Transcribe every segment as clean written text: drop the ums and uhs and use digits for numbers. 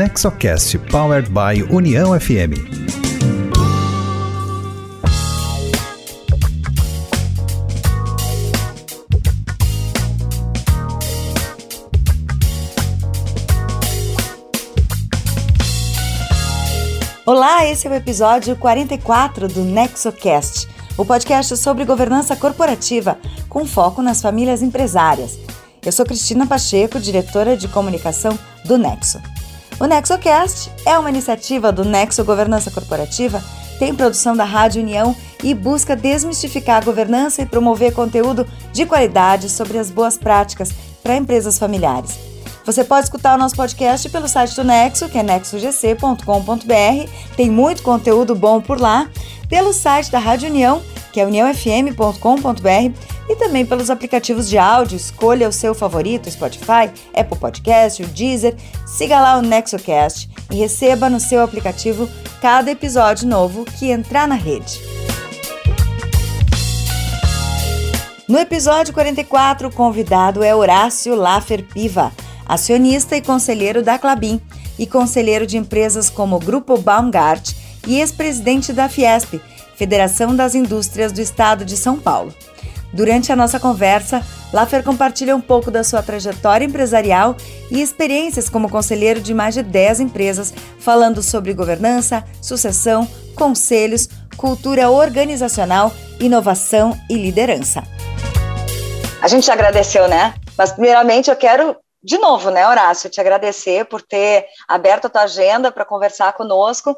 Nexocast Powered by União FM. Olá, esse é o episódio 44 do Nexocast, o podcast sobre governança corporativa com foco nas famílias empresárias. Eu sou Cristina Pacheco, diretora de comunicação do Nexo. O Nexocast é uma iniciativa do Nexo Governança Corporativa, tem produção da Rádio União e busca desmistificar a governança e promover conteúdo de qualidade sobre as boas práticas para empresas familiares. Você pode escutar o nosso podcast pelo site do Nexo, que é nexogc.com.br, tem muito conteúdo bom por lá, pelo site da Rádio União, que é uniãofm.com.br, e também pelos aplicativos de áudio. Escolha o seu favorito, Spotify, Apple Podcast, o Deezer, siga lá o Nexocast e receba no seu aplicativo cada episódio novo que entrar na rede. No episódio 44, o convidado é Horácio Laffer Piva, acionista e conselheiro da Klabin e conselheiro de empresas como Grupo Baumgart e ex-presidente da Fiesp, Federação das Indústrias do Estado de São Paulo. Durante a nossa conversa, Laffer compartilha um pouco da sua trajetória empresarial e experiências como conselheiro de mais de 10 empresas, falando sobre governança, sucessão, conselhos, cultura organizacional, inovação e liderança. A gente já agradeceu, né? Mas primeiramente eu quero de novo, né, Horácio, te agradecer por ter aberto a tua agenda para conversar conosco.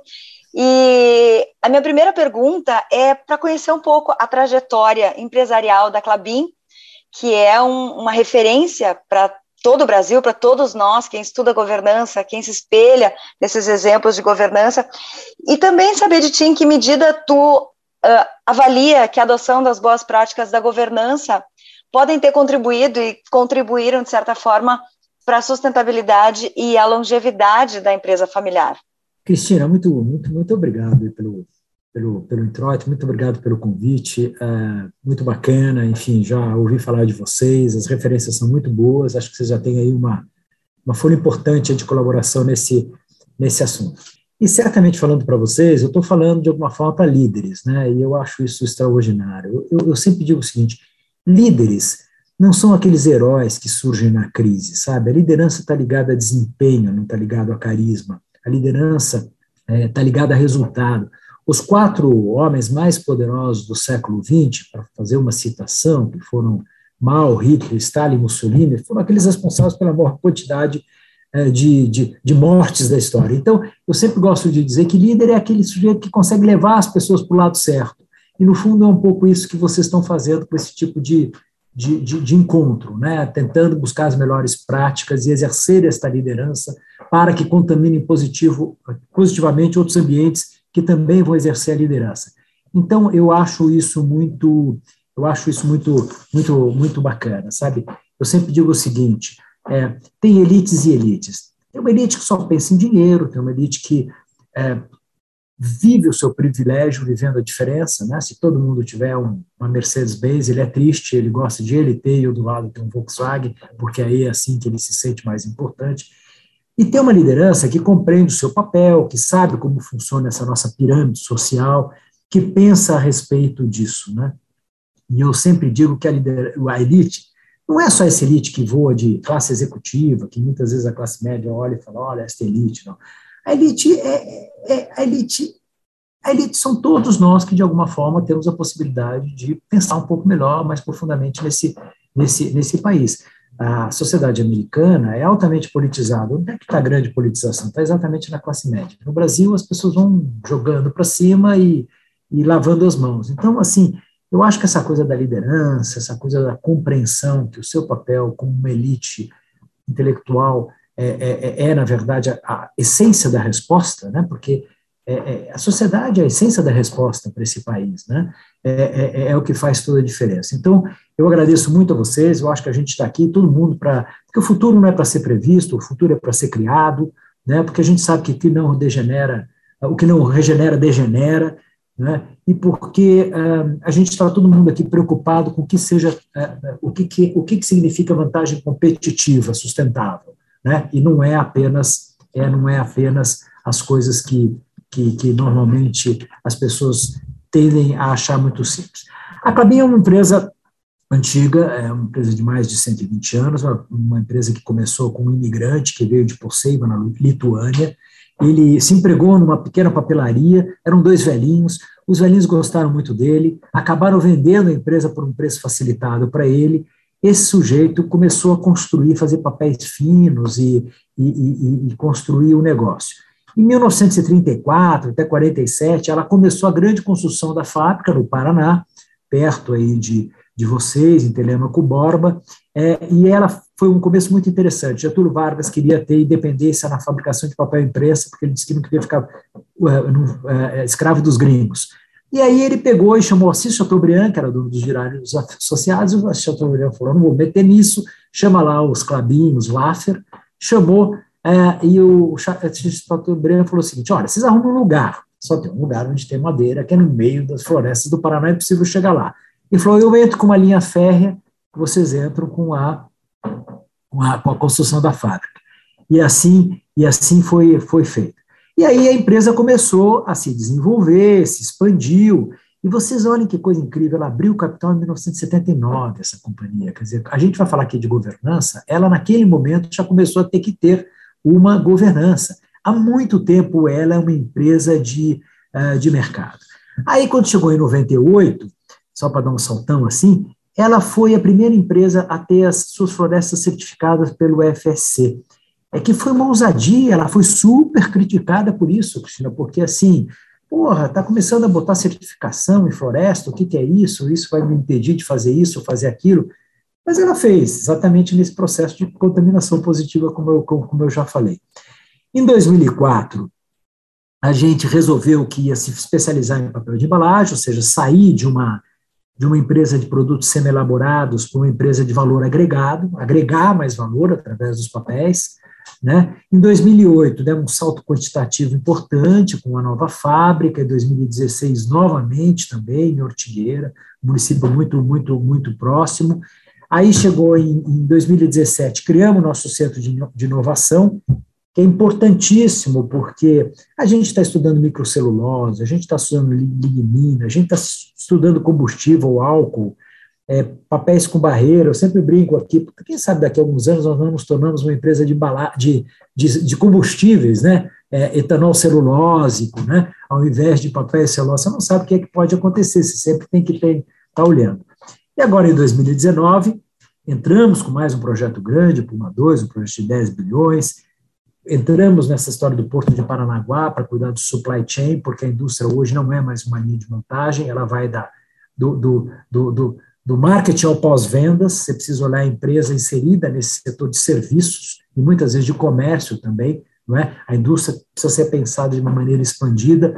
E a minha primeira pergunta é para conhecer um pouco a trajetória empresarial da Klabin, que é uma referência para todo o Brasil, para todos nós, quem estuda governança, quem se espelha nesses exemplos de governança, e também saber de ti em que medida tu avalia que a adoção das boas práticas da governança podem ter contribuído e contribuíram, de certa forma, para a sustentabilidade e a longevidade da empresa familiar. Cristina, muito obrigado pelo introito, muito obrigado pelo convite, muito bacana, enfim, já ouvi falar de vocês, as referências são muito boas, acho que vocês já têm aí uma folha importante de colaboração nesse assunto. E certamente falando para vocês, eu estou falando de alguma forma para líderes, né, e eu acho isso extraordinário. Eu sempre digo o seguinte: líderes não são aqueles heróis que surgem na crise, sabe? A liderança está ligada a desempenho, não está ligada a carisma. A liderança está ligada a resultado. Os 4 homens mais poderosos do século XX, para fazer uma citação, que foram Mao, Hitler, Stalin, Mussolini, foram aqueles responsáveis pela maior quantidade de mortes da história. Então, eu sempre gosto de dizer que líder é aquele sujeito que consegue levar as pessoas para o lado certo. E, no fundo, é um pouco isso que vocês estão fazendo com esse tipo de encontro, né? Tentando buscar as melhores práticas e exercer esta liderança para que contaminem positivamente outros ambientes que também vão exercer a liderança. Então, eu acho isso muito bacana, sabe? Eu sempre digo o seguinte: tem elites e elites. Tem uma elite que só pensa em dinheiro, tem uma elite que vive o seu privilégio vivendo a diferença, né? Se todo mundo tiver uma Mercedes-Benz, ele é triste, ele gosta de ele ter, e eu do lado tem um Volkswagen, porque aí é assim que ele se sente mais importante. E tem uma liderança que compreende o seu papel, que sabe como funciona essa nossa pirâmide social, que pensa a respeito disso, né? E eu sempre digo que a elite não é só essa elite que voa de classe executiva, que muitas vezes a classe média olha e fala: olha, esta elite, não. A elite são todos nós que, de alguma forma, temos a possibilidade de pensar um pouco melhor, mais profundamente nesse país. A sociedade americana é altamente politizada. Onde é que está a grande politização? Está exatamente na classe média. No Brasil, as pessoas vão jogando para cima e lavando as mãos. Então, assim, eu acho que essa coisa da liderança, essa coisa da compreensão que o seu papel como uma elite intelectual na verdade, a essência da resposta, né? Porque a sociedade é a essência da resposta para esse país, né? É o que faz toda a diferença. Então, eu agradeço muito a vocês, eu acho que a gente está aqui, todo mundo, porque o futuro não é para ser previsto, o futuro é para ser criado, né? Porque a gente sabe que o que não regenera, degenera, né? E porque a gente está todo mundo aqui preocupado com o que seja, o que significa vantagem competitiva sustentável, né? E não é apenas não é apenas as coisas que normalmente as pessoas tendem a achar muito simples. A Klabin é uma empresa antiga, é uma empresa de mais de 120 anos, uma empresa que começou com um imigrante que veio de Poseiva, na Lituânia. Ele se empregou numa pequena papelaria, eram 2 velhinhos, os velhinhos gostaram muito dele, acabaram vendendo a empresa por um preço facilitado para ele. Esse sujeito começou a construir, fazer papéis finos e construir o negócio. Em 1934 até 47, ela começou a grande construção da fábrica no Paraná, perto aí de vocês, em Telêmaco Borba, e ela foi um começo muito interessante. Getúlio Vargas queria ter independência na fabricação de papel e imprensa, porque ele disse que não queria ficar escravo dos gringos. E aí ele pegou e chamou Assis Chateaubriand, que era dono dos Diários Associados, e o Assis Chateaubriand falou, não vou meter nisso, chama lá os Klabin, os Laffer, chamou, e o Assis Chateaubriand falou o seguinte, olha, vocês arrumam um lugar, só tem um lugar onde tem madeira, que é no meio das florestas do Paraná, é possível chegar lá. Ele falou, eu entro com uma linha férrea, vocês entram com a construção da fábrica. E assim foi feito. E aí a empresa começou a se desenvolver, se expandiu, e vocês olhem que coisa incrível, ela abriu o capital em 1979, essa companhia. Quer dizer, a gente vai falar aqui de governança, ela naquele momento já começou a ter que ter uma governança. Há muito tempo ela é uma empresa de mercado. Aí quando chegou em 98, só para dar um saltão assim, ela foi a primeira empresa a ter as suas florestas certificadas pelo FSC. Que foi uma ousadia, ela foi super criticada por isso, Cristina, porque assim, está começando a botar certificação em floresta, o que é isso? Isso vai me impedir de fazer isso, fazer aquilo. Mas ela fez, exatamente nesse processo de contaminação positiva, como eu já falei. Em 2004, a gente resolveu que ia se especializar em papel de embalagem, ou seja, sair de uma empresa de produtos semi-elaborados para uma empresa de valor agregado, agregar mais valor através dos papéis, né? Em 2008, demos um salto quantitativo importante com a nova fábrica, em 2016, novamente também, em Ortigueira, município muito próximo. Aí chegou em 2017, criamos nosso centro de inovação, que é importantíssimo, porque a gente está estudando microcelulose, a gente está estudando lignina, a gente está estudando combustível, álcool, papéis com barreira. Eu sempre brinco aqui, porque quem sabe daqui a alguns anos nós não nos tornamos uma empresa de combustíveis, né? Etanol celulósico, né? Ao invés de papel e celulose. Você não sabe o que pode acontecer, você sempre tem que estar olhando. E agora, em 2019, entramos com mais um projeto grande, Puma 2, um projeto de 10 bilhões, entramos nessa história do Porto de Paranaguá para cuidar do supply chain, porque a indústria hoje não é mais uma linha de montagem, ela vai do marketing ao pós-vendas. Você precisa olhar a empresa inserida nesse setor de serviços e muitas vezes de comércio também, não é? A indústria precisa ser pensada de uma maneira expandida,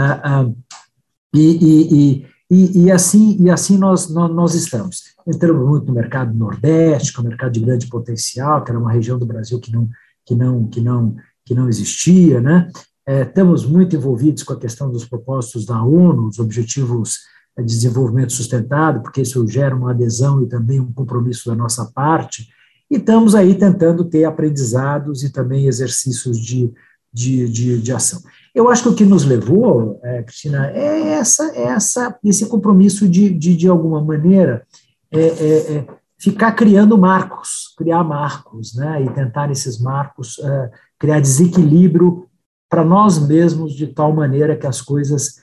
e assim nós estamos. Entramos muito no mercado nordeste, que é um mercado de grande potencial, que era uma região do Brasil que não existia, né? Estamos muito envolvidos com a questão dos propósitos da ONU, os objetivos de desenvolvimento sustentável, porque isso gera uma adesão e também um compromisso da nossa parte, e estamos aí tentando ter aprendizados e também exercícios de ação. Eu acho que o que nos levou, Cristina, é esse compromisso de alguma maneira, ficar criando criar marcos, né, e tentar esses marcos criar desequilíbrio para nós mesmos de tal maneira que as coisas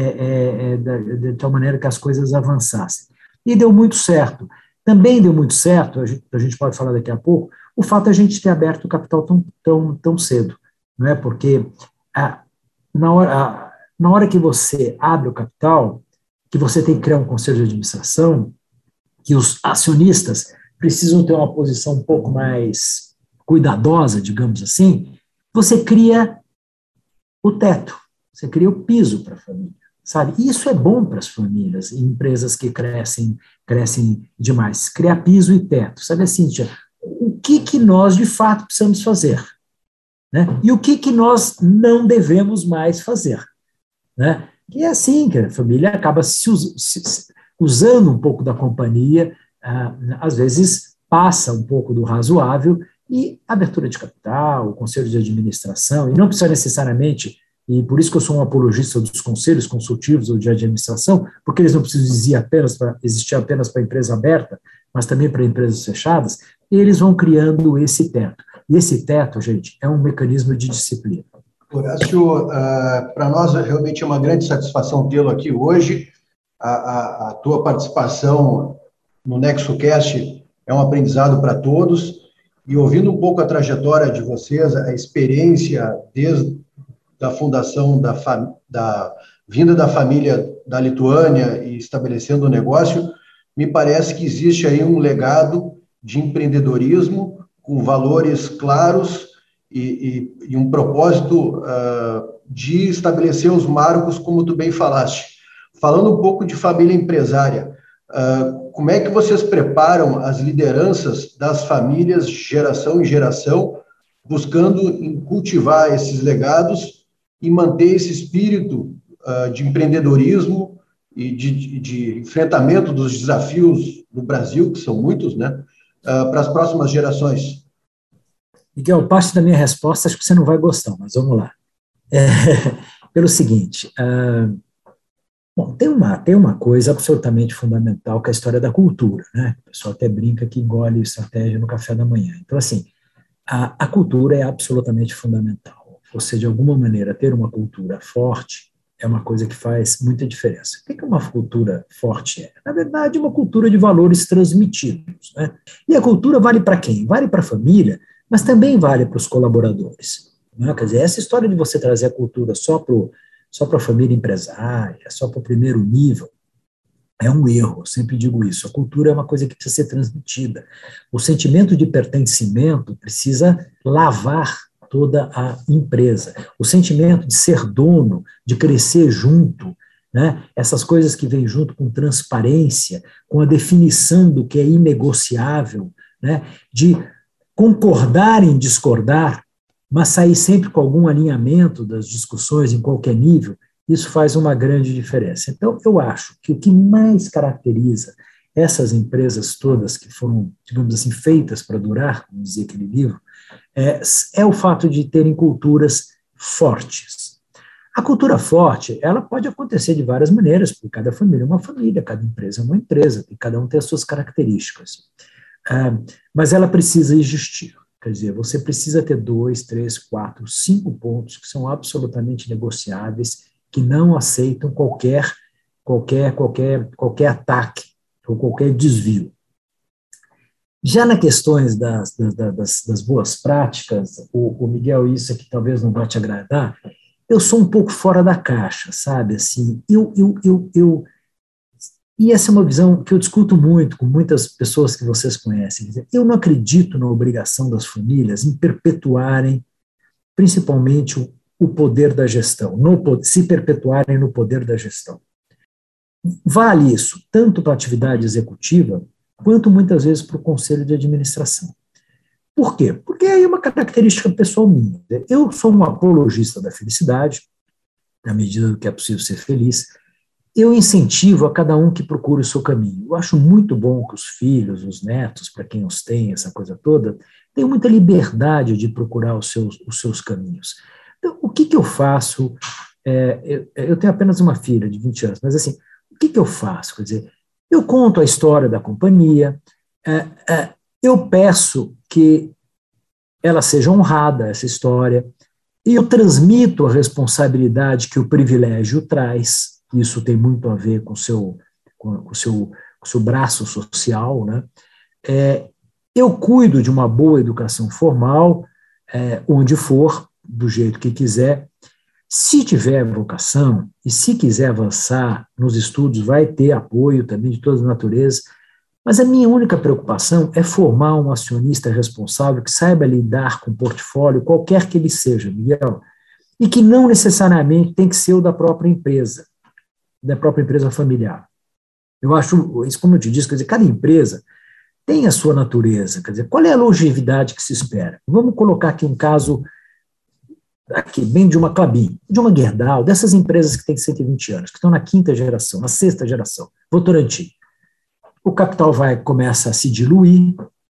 avançassem. E deu muito certo. Também deu muito certo, a gente pode falar daqui a pouco, o fato de a gente ter aberto o capital tão cedo, não é? Porque na hora que você abre o capital, que você tem que criar um conselho de administração, que os acionistas precisam ter uma posição um pouco mais cuidadosa, digamos assim, você cria o teto, você cria o piso para a família, sabe? E isso é bom para as famílias e empresas que crescem demais, criar piso e teto, sabe assim, o que nós de fato precisamos fazer, né? E o que nós não devemos mais fazer, né? E é assim que a família acaba usando um pouco da companhia, às vezes passa um pouco do razoável, E abertura de capital, conselho de administração, e não precisa necessariamente, e por isso que eu sou um apologista dos conselhos consultivos ou de administração, porque eles não precisam existir apenas para empresa aberta, mas também para empresas fechadas, e eles vão criando esse teto. E esse teto, gente, é um mecanismo de disciplina. Horácio, para nós realmente é uma grande satisfação tê-lo aqui hoje. A tua participação no NexoCast é um aprendizado para todos, e ouvindo um pouco a trajetória de vocês, a experiência desde a fundação da vinda da família da Lituânia e estabelecendo o negócio, me parece que existe aí um legado de empreendedorismo com valores claros e um propósito de estabelecer os marcos, como tu bem falaste. Falando um pouco de família empresária, como é que vocês preparam as lideranças das famílias, geração em geração, buscando cultivar esses legados e manter esse espírito de empreendedorismo e de enfrentamento dos desafios do Brasil, que são muitos, né, para as próximas gerações? Miguel, parte da minha resposta acho que você não vai gostar, mas vamos lá. Pelo seguinte, bom, tem uma coisa absolutamente fundamental, que é a história da cultura, né? O pessoal até brinca que engole estratégia no café da manhã. Então, assim, a cultura é absolutamente fundamental. Você, de alguma maneira, ter uma cultura forte é uma coisa que faz muita diferença. O que uma cultura forte é? Na verdade, uma cultura de valores transmitidos, né? E a cultura vale para quem? Vale para a família, mas também vale para os colaboradores, né? Quer dizer, essa história de você trazer a cultura só para a família empresária, só para o primeiro nível, é um erro, eu sempre digo isso. A cultura é uma coisa que precisa ser transmitida. O sentimento de pertencimento precisa lavar toda a empresa. O sentimento de ser dono, de crescer junto, né? Essas coisas que vêm junto com transparência, com a definição do que é inegociável, né? De concordar em discordar, mas sair sempre com algum alinhamento das discussões em qualquer nível, isso faz uma grande diferença. Então, eu acho que o que mais caracteriza essas empresas todas que foram, digamos assim, feitas para durar, como dizia aquele livro, é o fato de terem culturas fortes. A cultura forte, ela pode acontecer de várias maneiras, porque cada família é uma família, cada empresa é uma empresa, e cada um tem as suas características. Mas ela precisa existir. Quer dizer, você precisa ter 2, 3, 4, 5 pontos que são absolutamente negociáveis, que não aceitam qualquer ataque ou qualquer desvio. Já nas questões das boas práticas, o Miguel, isso aqui talvez não vai te agradar, eu sou um pouco fora da caixa, sabe? Assim, e essa é uma visão que eu discuto muito com muitas pessoas que vocês conhecem. Eu não acredito na obrigação das famílias em perpetuarem, principalmente, o poder da gestão, se perpetuarem no poder da gestão. Vale isso tanto para a atividade executiva, quanto muitas vezes para o conselho de administração. Por quê? Porque aí é uma característica pessoal minha. Eu sou um apologista da felicidade, na medida do que é possível ser feliz. Eu incentivo a cada um que procure o seu caminho. Eu acho muito bom que os filhos, os netos, para quem os tem, essa coisa toda, tenham muita liberdade de procurar os seus caminhos. Então, o que eu faço? Eu tenho apenas uma filha de 20 anos, mas assim, o que eu faço? Quer dizer, eu conto a história da companhia, eu peço que ela seja honrada, essa história, e eu transmito a responsabilidade que o privilégio traz. Isso tem muito a ver com o seu braço social, né? Eu cuido de uma boa educação formal, onde for, do jeito que quiser. Se tiver vocação e se quiser avançar nos estudos, vai ter apoio também de toda a natureza, mas a minha única preocupação é formar um acionista responsável que saiba lidar com o portfólio, qualquer que ele seja, Miguel, e que não necessariamente tem que ser o da própria empresa familiar. Eu acho, isso como eu te disse, quer dizer, cada empresa tem a sua natureza, quer dizer, qual é a longevidade que se espera? Vamos colocar aqui um caso aqui, bem de uma Klabin, de uma Gerdau, dessas empresas que têm 120 anos, que estão na 5ª geração, na 6ª geração, Votorantim. O capital começa a se diluir, tudo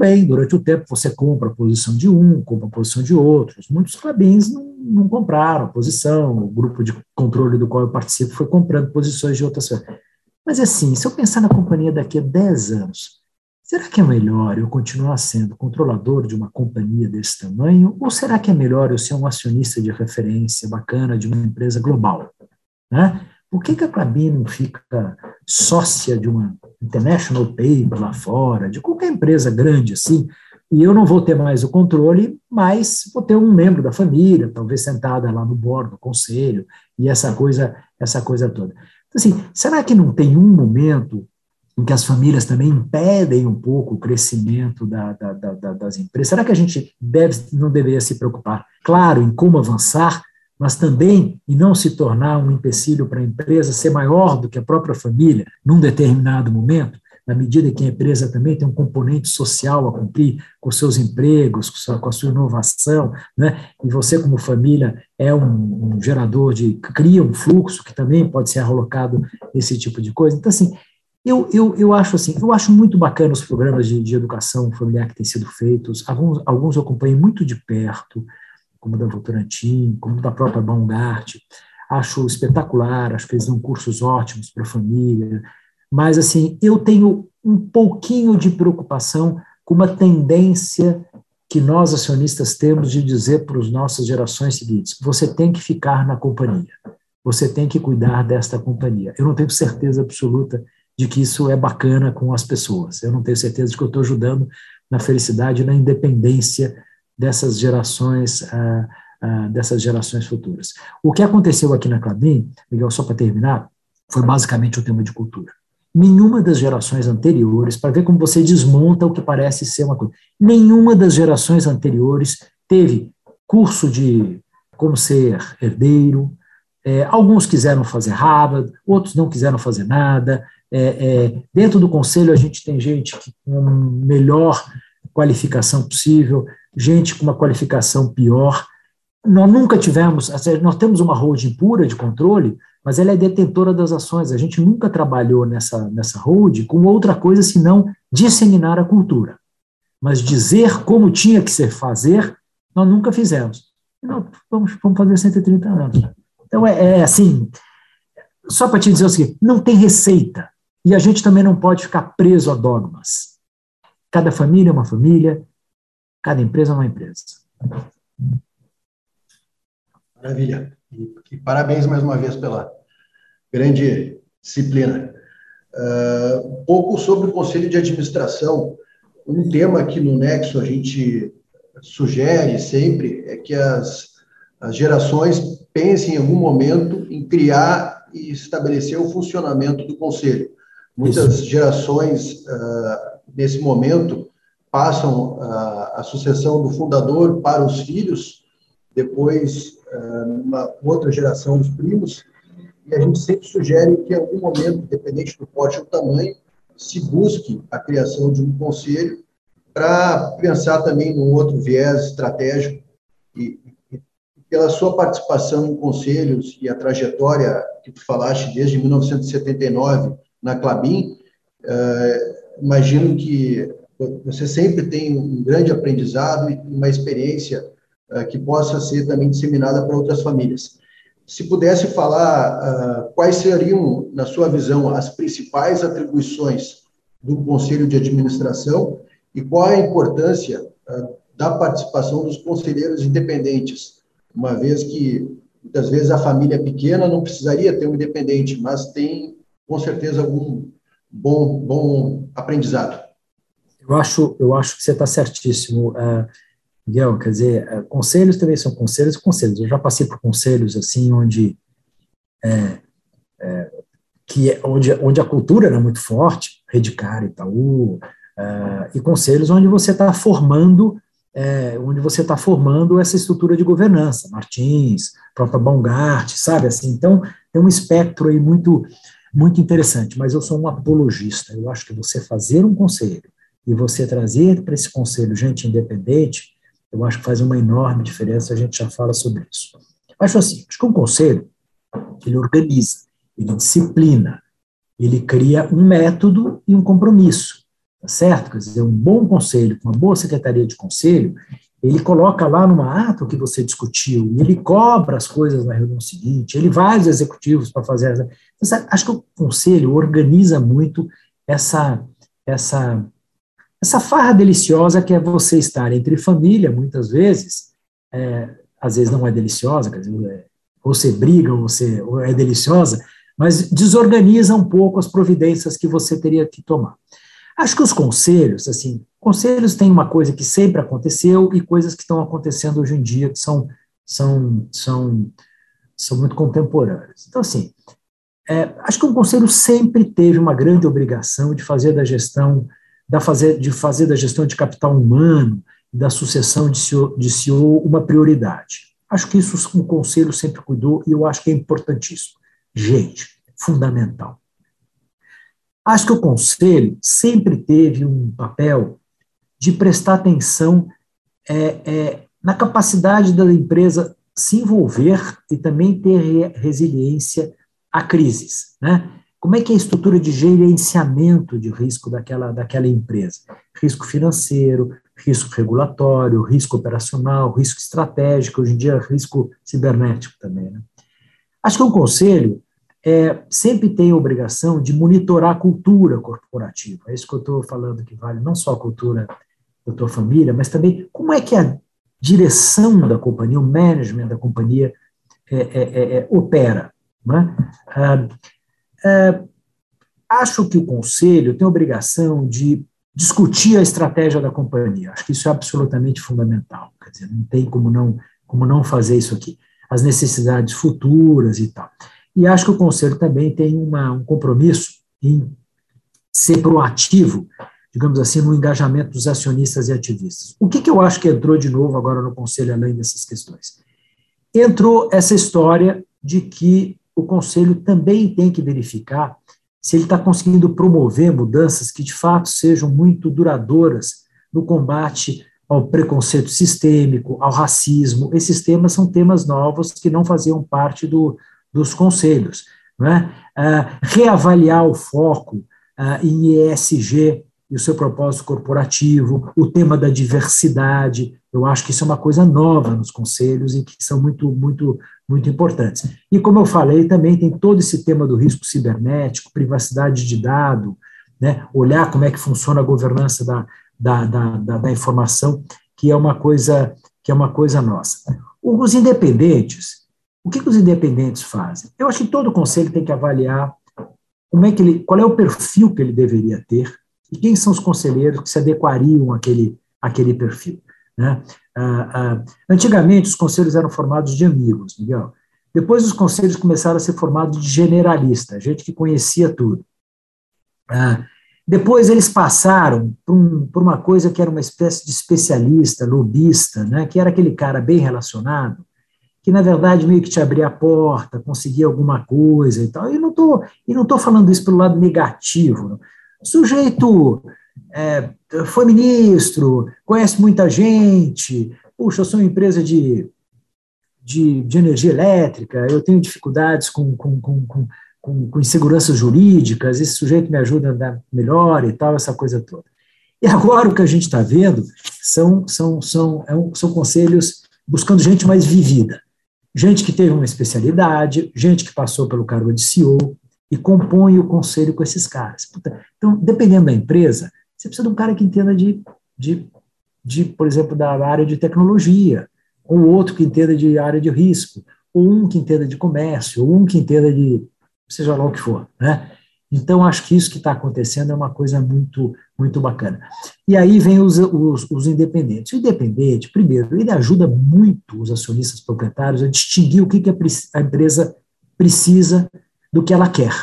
bem, durante o tempo você compra a posição de um, compra a posição de outros. Muitos Klabins não compraram a posição, o grupo de controle do qual eu participo foi comprando posições de outras coisas. Mas assim, se eu pensar na companhia daqui a 10 anos, será que é melhor eu continuar sendo controlador de uma companhia desse tamanho, ou será que é melhor eu ser um acionista de referência bacana de uma empresa global? Né? Por que a Klabin não fica sócia de uma International Paper lá fora, de qualquer empresa grande assim, e eu não vou ter mais o controle, mas vou ter um membro da família, talvez sentada lá no board, no conselho, e essa coisa toda. Então, assim, será que não tem um momento em que as famílias também impedem um pouco o crescimento das empresas? Será que a gente não deveria se preocupar, claro, em como avançar, mas também em não se tornar um empecilho para a empresa ser maior do que a própria família num determinado momento, na medida que a empresa também tem um componente social a cumprir com seus empregos, com a sua inovação, né? E você, como família, é um gerador cria um fluxo que também pode ser alocado nesse tipo de coisa. Então, assim, eu acho muito bacana os programas de educação familiar que têm sido feitos, alguns eu acompanhei muito de perto, como da Votorantim, como da própria Baumgart, acho espetacular, acho que eles dão cursos ótimos para a família, mas assim, eu tenho um pouquinho de preocupação com uma tendência que nós acionistas temos de dizer para as nossas gerações seguintes: você tem que ficar na companhia, você tem que cuidar desta companhia. Eu não tenho certeza absoluta de que isso é bacana com as pessoas, eu não tenho certeza de que eu estou ajudando na felicidade e na independência dessas gerações futuras. O que aconteceu aqui na Klabin, Miguel, só para terminar, foi basicamente um tema de cultura. Nenhuma das gerações anteriores, para ver como você desmonta o que parece ser uma coisa, nenhuma das gerações anteriores teve curso de como ser herdeiro, alguns quiseram fazer Harvard, outros não quiseram fazer nada, dentro do conselho a gente tem gente com a melhor qualificação possível, gente com uma qualificação pior. Nós nunca tivemos, nós temos uma holding pura de controle, mas ela é detentora das ações. A gente nunca trabalhou nessa holding com outra coisa senão disseminar a cultura. Mas dizer como tinha que ser fazer, nós nunca fizemos. Não, vamos fazer 130 anos. Então, assim, só para te dizer o seguinte, não tem receita, e a gente também não pode ficar preso a dogmas. Cada família é uma família, cada empresa é uma empresa. Maravilha. E parabéns mais uma vez pela grande disciplina. Um pouco sobre o Conselho de Administração. Um tema que no Nexo a gente sugere sempre é que as gerações pensem em algum momento em criar e estabelecer o funcionamento do Conselho. Muitas gerações, nesse momento, passam a sucessão do fundador para os filhos, depois uma outra geração dos primos, e a gente sempre sugere que em algum momento, independente do porte ou tamanho, se busque a criação de um conselho para pensar também num outro viés estratégico e pela sua participação em conselhos e a trajetória que tu falaste desde 1979 na Klabin, imagino que você sempre tem um grande aprendizado e uma experiência que possa ser também disseminada para outras famílias. Se pudesse falar quais seriam, na sua visão, as principais atribuições do Conselho de Administração e qual a importância da participação dos conselheiros independentes, uma vez que, muitas vezes, a família pequena não precisaria ter um independente, mas tem, com certeza, algum bom aprendizado. Eu acho que você está certíssimo, Miguel, quer dizer, conselhos também são conselhos e conselhos. Eu já passei por conselhos assim, onde a cultura era muito forte, Redcar, Itaú, e conselhos onde você está formando essa estrutura de governança, Martins, própria Baumgart, sabe assim. Então tem um espectro aí muito interessante. Mas eu sou um apologista. Eu acho que você fazer um conselho e você trazer para esse conselho gente independente, eu acho que faz uma enorme diferença, a gente já fala sobre isso. Acho que um conselho, ele organiza, ele disciplina, ele cria um método e um compromisso. tá certo? Quer dizer, um bom conselho, uma boa secretaria de conselho, ele coloca lá numa ata o que você discutiu, e ele cobra as coisas na reunião seguinte, ele vai aos executivos para fazer. Então, acho que o conselho organiza muito essa farra deliciosa que é você estar entre família, muitas vezes, às vezes não é deliciosa, quer dizer, ou você briga ou é deliciosa, mas desorganiza um pouco as providências que você teria que tomar. Acho que os conselhos, assim, conselhos têm uma coisa que sempre aconteceu e coisas que estão acontecendo hoje em dia que são muito contemporâneas. Então, assim, acho que o conselho sempre teve uma grande obrigação de fazer da gestão de capital humano, da sucessão de CEO uma prioridade. Acho que isso o conselho sempre cuidou e eu acho que é importantíssimo. Gente, fundamental. Acho que o conselho sempre teve um papel de prestar atenção na capacidade da empresa se envolver e também ter resiliência a crises, né? Como é que é a estrutura de gerenciamento de risco daquela empresa? Risco financeiro, risco regulatório, risco operacional, risco estratégico, hoje em dia risco cibernético também, né? Acho que o conselho sempre tem a obrigação de monitorar a cultura corporativa. É isso que eu estou falando que vale não só a cultura da tua família, mas também como é que a direção da companhia, o management da companhia opera, né? Acho que o conselho tem a obrigação de discutir a estratégia da companhia. Acho que isso é absolutamente fundamental. Quer dizer, não tem como não fazer isso aqui. As necessidades futuras e tal. E acho que o conselho também tem um compromisso em ser proativo, digamos assim, no engajamento dos acionistas e ativistas. O que eu acho que entrou de novo agora no conselho, além dessas questões? Entrou essa história de que o conselho também tem que verificar se ele está conseguindo promover mudanças que, de fato, sejam muito duradouras no combate ao preconceito sistêmico, ao racismo. Esses temas são temas novos que não faziam parte dos conselhos. Não é? Reavaliar o foco em ESG e o seu propósito corporativo, o tema da diversidade, eu acho que isso é uma coisa nova nos conselhos e que são muito, muito, muito importantes. E, como eu falei, também tem todo esse tema do risco cibernético, privacidade de dado, né, olhar como é que funciona a governança da informação, que é uma coisa nossa. Os independentes, o que os independentes fazem? Eu acho que todo conselho tem que avaliar qual é o perfil que ele deveria ter e quem são os conselheiros que se adequariam àquele perfil. Né? Antigamente, os conselhos eram formados de amigos, Miguel. Depois, os conselhos começaram a ser formados de generalista, gente que conhecia tudo. Depois, eles passaram por uma coisa que era uma espécie de especialista, lobista, né? Que era aquele cara bem relacionado, que, na verdade, meio que te abria a porta, conseguia alguma coisa e tal. E não tô falando isso pelo lado negativo, não. O sujeito foi ministro, conhece muita gente, puxa, eu sou uma empresa de energia elétrica, eu tenho dificuldades com inseguranças jurídicas, esse sujeito me ajuda a andar melhor e tal, essa coisa toda. E agora o que a gente está vendo são conselhos buscando gente mais vivida, gente que teve uma especialidade, gente que passou pelo cargo de CEO, e compõe o conselho com esses caras. Então, dependendo da empresa, você precisa de um cara que entenda por exemplo, da área de tecnologia, ou outro que entenda de área de risco, ou um que entenda de comércio, ou um que entenda de seja lá o que for, né? Então, acho que isso que está acontecendo é uma coisa muito, muito bacana. E aí vem os independentes. O independente, primeiro, ele ajuda muito os acionistas proprietários a distinguir o que a empresa precisa do que ela quer.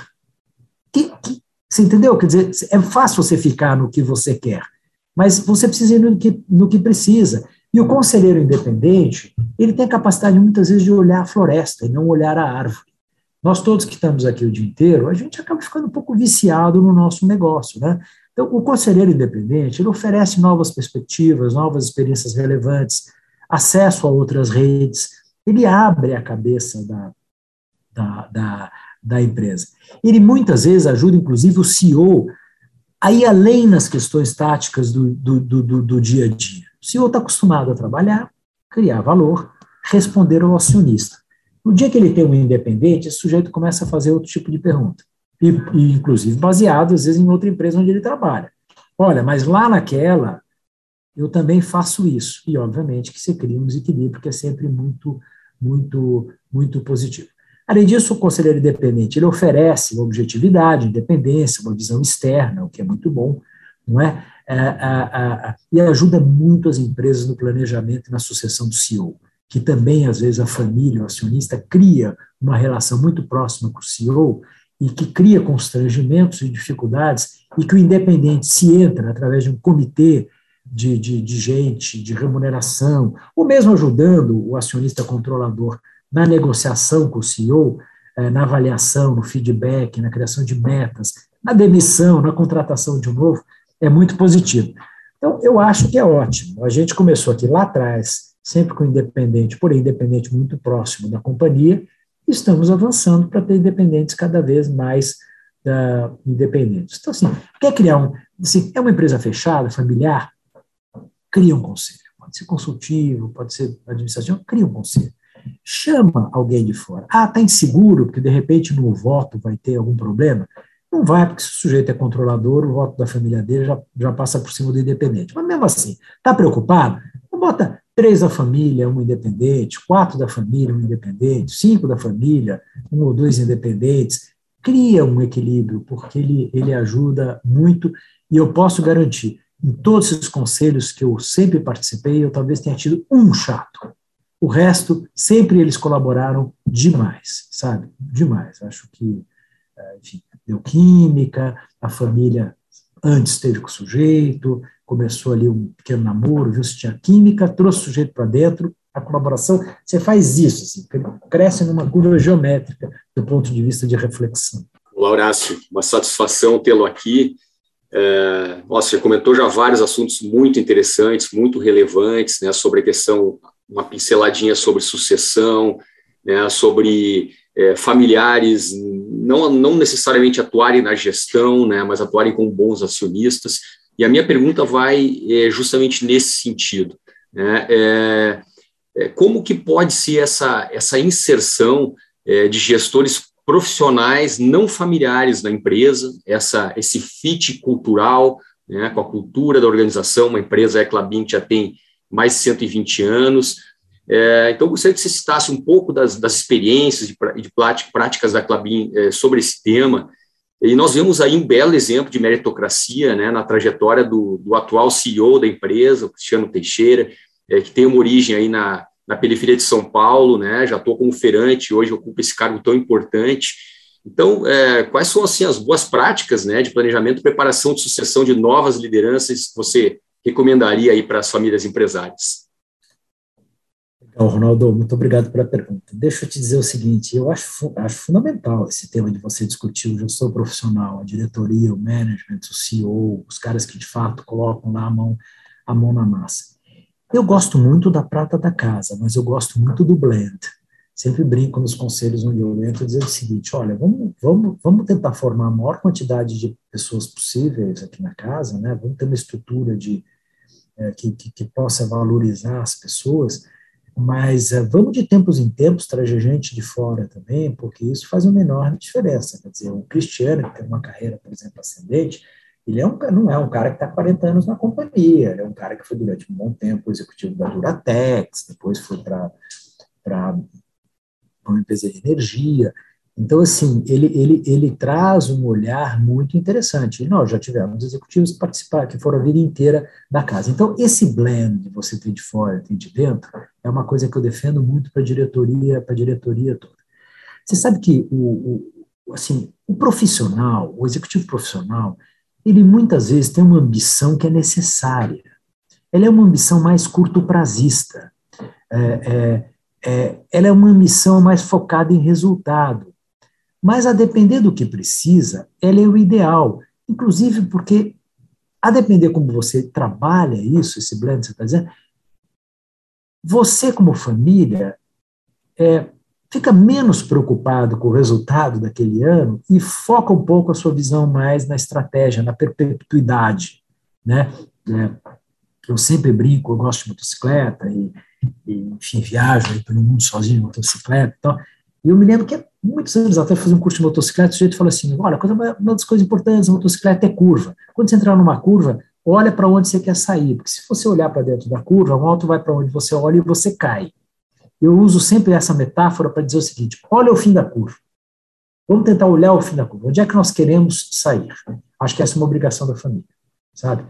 Você entendeu? Quer dizer, é fácil você ficar no que você quer, mas você precisa ir no que precisa. E o conselheiro independente, ele tem a capacidade, muitas vezes, de olhar a floresta e não olhar a árvore. Nós todos que estamos aqui o dia inteiro, a gente acaba ficando um pouco viciado no nosso negócio, né? Então, o conselheiro independente, ele oferece novas perspectivas, novas experiências relevantes, acesso a outras redes, ele abre a cabeça da empresa. Ele muitas vezes ajuda, inclusive, o CEO Aí, além nas questões táticas do dia a dia, o CEO está acostumado a trabalhar, criar valor, responder ao acionista. No dia que ele tem um independente, esse sujeito começa a fazer outro tipo de pergunta, e inclusive baseado, às vezes, em outra empresa onde ele trabalha. Olha, mas lá naquela, eu também faço isso. E, obviamente, que você cria um desequilíbrio que é sempre muito positivo. Além disso, o conselheiro independente ele oferece uma objetividade, independência, uma visão externa, o que é muito bom, não é? E ajuda muito as empresas no planejamento e na sucessão do CEO, que também, às vezes, a família, o acionista, cria uma relação muito próxima com o CEO e que cria constrangimentos e dificuldades, e que o independente, se entra através de um comitê de gente, de remuneração, ou mesmo ajudando o acionista controlador na negociação com o CEO, na avaliação, no feedback, na criação de metas, na demissão, na contratação de um novo, é muito positivo. Então, eu acho que é ótimo. A gente começou aqui lá atrás, sempre com independente, porém independente muito próximo da companhia, e estamos avançando para ter independentes cada vez mais independentes. Então, assim, quer criar assim, é uma empresa fechada, familiar, cria um conselho. Pode ser consultivo, pode ser administrativo, cria um conselho. Chama alguém de fora. Está inseguro, porque de repente no voto vai ter algum problema? Não vai, porque se o sujeito é controlador, o voto da família dele já passa por cima do independente. Mas mesmo assim, está preocupado? Não bota 3 da família, 1 independente, 4 da família, 1 independente, 5 da família, 1 ou 2 independentes. Cria um equilíbrio, porque ele ajuda muito, e eu posso garantir, em todos esses conselhos que eu sempre participei, eu talvez tenha tido um chato. O resto, sempre eles colaboraram demais, sabe? Demais. Acho que, enfim, deu química, a família antes esteve com o sujeito, começou ali um pequeno namoro, viu se tinha química, trouxe o sujeito para dentro, a colaboração, você faz isso, assim, cresce numa curva geométrica do ponto de vista de reflexão. Olá, Horácio, uma satisfação tê-lo aqui. Você comentou já vários assuntos muito interessantes, muito relevantes, né, sobre a questão, uma pinceladinha sobre sucessão, né, sobre familiares não necessariamente atuarem na gestão, né, mas atuarem como bons acionistas. E a minha pergunta vai justamente nesse sentido, né, como que pode ser essa inserção de gestores profissionais não familiares da empresa, esse fit cultural, né, com a cultura da organização. Uma empresa, a Klabin, que já tem mais de 120 anos. Então, eu gostaria que você citasse um pouco das experiências e de práticas da Klabin sobre esse tema. E nós vemos aí um belo exemplo de meritocracia, né, na trajetória do atual CEO da empresa, o Cristiano Teixeira, que tem uma origem aí na periferia de São Paulo, né, já estou como feirante, hoje ocupo esse cargo tão importante. Então, quais são assim, as boas práticas, né, de planejamento e preparação de sucessão de novas lideranças que você recomendaria aí para as famílias empresárias? Legal, Ronaldo, muito obrigado pela pergunta. Deixa eu te dizer o seguinte, eu acho fundamental esse tema de você discutir o gestor profissional, a diretoria, o management, o CEO, os caras que de fato colocam lá a mão na massa. Eu gosto muito da prata da casa, mas eu gosto muito do blend. Sempre brinco nos conselhos onde eu entro, dizendo o seguinte, olha, vamos tentar formar a maior quantidade de pessoas possíveis aqui na casa, né? Vamos ter uma estrutura que possa valorizar as pessoas, mas vamos de tempos em tempos trazer gente de fora também, porque isso faz uma enorme diferença. Quer dizer, o Cristiano, que tem uma carreira, por exemplo, ascendente, ele não é um cara que está há 40 anos na companhia, ele é um cara que foi durante um bom tempo executivo da Duratex, depois foi para uma empresa de energia. Então, assim, ele traz um olhar muito interessante. E nós já tivemos executivos que foram a vida inteira da casa. Então, esse blend de você ter de fora e ter de dentro é uma coisa que eu defendo muito para a diretoria toda. Você sabe que o profissional, o executivo profissional, ele muitas vezes tem uma ambição que é necessária. Ela é uma ambição mais curto-prazista. Ela é uma ambição mais focada em resultado. Mas, a depender do que precisa, ela é o ideal. Inclusive porque, a depender como você trabalha isso, esse blend que você está dizendo, você, como família, fica menos preocupado com o resultado daquele ano e foca um pouco a sua visão mais na estratégia, na perpetuidade, né? Eu sempre brinco, eu gosto de motocicleta enfim, viajo aí pelo mundo sozinho de motocicleta e tal. E eu me lembro que muitos anos atrás, fazer um curso de motocicleta, o sujeito falou assim, olha, uma das coisas importantes da motocicleta é curva. Quando você entrar numa curva, olha para onde você quer sair, porque se você olhar para dentro da curva, a moto vai para onde você olha e você cai. Eu uso sempre essa metáfora para dizer o seguinte, olha o fim da curva. Vamos tentar olhar o fim da curva. Onde é que nós queremos sair? Acho que essa é uma obrigação da família, sabe?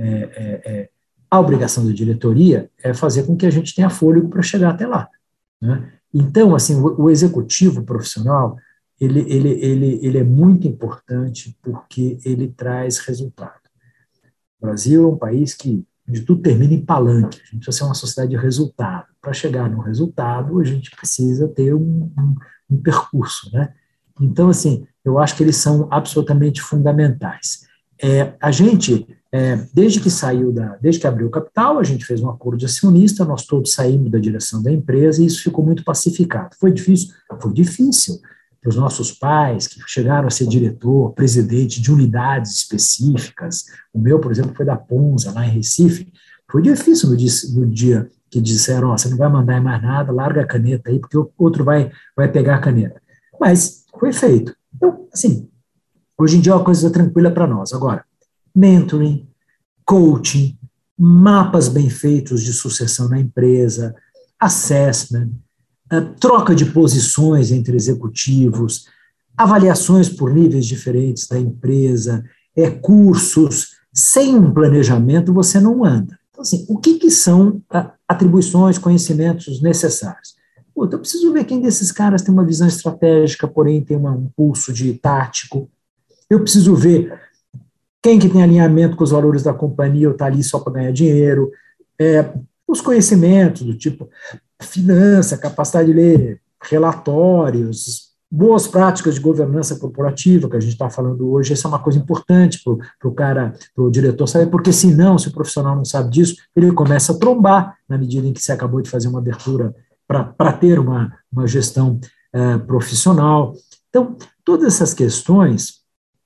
A obrigação da diretoria é fazer com que a gente tenha fôlego para chegar até lá, né? Então, assim, o executivo profissional, ele é muito importante porque ele traz resultado. O Brasil é um país que, de tudo termina em palanque, a gente precisa ser uma sociedade de resultado. Para chegar no resultado, a gente precisa ter um percurso, né? Então, assim, eu acho que eles são absolutamente fundamentais. A gente, desde que abriu o capital, a gente fez um acordo de acionista, nós todos saímos da direção da empresa e isso ficou muito pacificado. Foi difícil? Foi difícil. Para os nossos pais, que chegaram a ser diretor, presidente de unidades específicas, o meu, por exemplo, foi da Ponza, lá em Recife, foi difícil no dia que disseram, você não vai mandar mais nada, larga a caneta aí, porque o outro vai pegar a caneta. Mas foi feito. Então, assim, hoje em dia é uma coisa tranquila para nós. Agora, mentoring, coaching, mapas bem feitos de sucessão na empresa, assessment, troca de posições entre executivos, avaliações por níveis diferentes da empresa, cursos. Sem um planejamento você não anda. Então, assim, o que são atribuições, conhecimentos necessários? Eu preciso ver quem desses caras tem uma visão estratégica, porém tem um pulso de tático. Eu preciso ver quem que tem alinhamento com os valores da companhia ou está ali só para ganhar dinheiro. Os conhecimentos do tipo finança, capacidade de ler relatórios, boas práticas de governança corporativa, que a gente está falando hoje, essa é uma coisa importante para o cara, para o diretor saber, porque senão, se o profissional não sabe disso, ele começa a trombar na medida em que você acabou de fazer uma abertura para ter uma gestão profissional. Então, todas essas questões,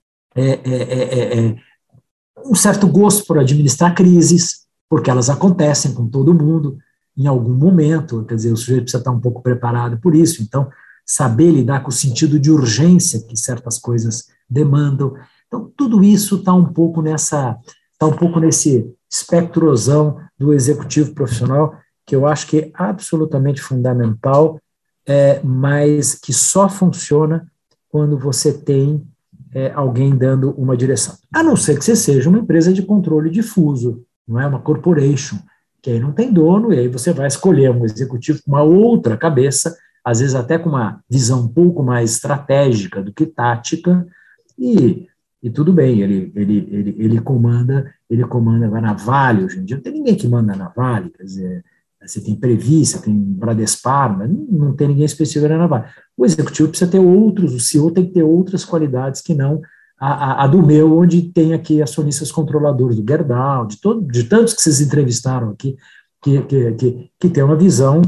um certo gosto por administrar crises, porque elas acontecem com todo mundo, em algum momento, quer dizer, o sujeito precisa estar um pouco preparado por isso, então, saber lidar com o sentido de urgência que certas coisas demandam. Então, tudo isso está um pouco nesse espectrozão do executivo profissional, que eu acho que é absolutamente fundamental, mas que só funciona quando você tem alguém dando uma direção. A não ser que você seja uma empresa de controle difuso, não é uma corporation, que aí não tem dono, e aí você vai escolher um executivo com uma outra cabeça, às vezes até com uma visão um pouco mais estratégica do que tática, e tudo bem, ele comanda, vai na Vale hoje em dia, não tem ninguém que manda na Vale, quer dizer, você tem Previ, você tem Bradespar, mas não tem ninguém específico na Vale. O executivo precisa ter outros, o CEO tem que ter outras qualidades que não a do meu, onde tem aqui acionistas controladores do Gerdau, de tantos que vocês entrevistaram aqui, que tem uma visão,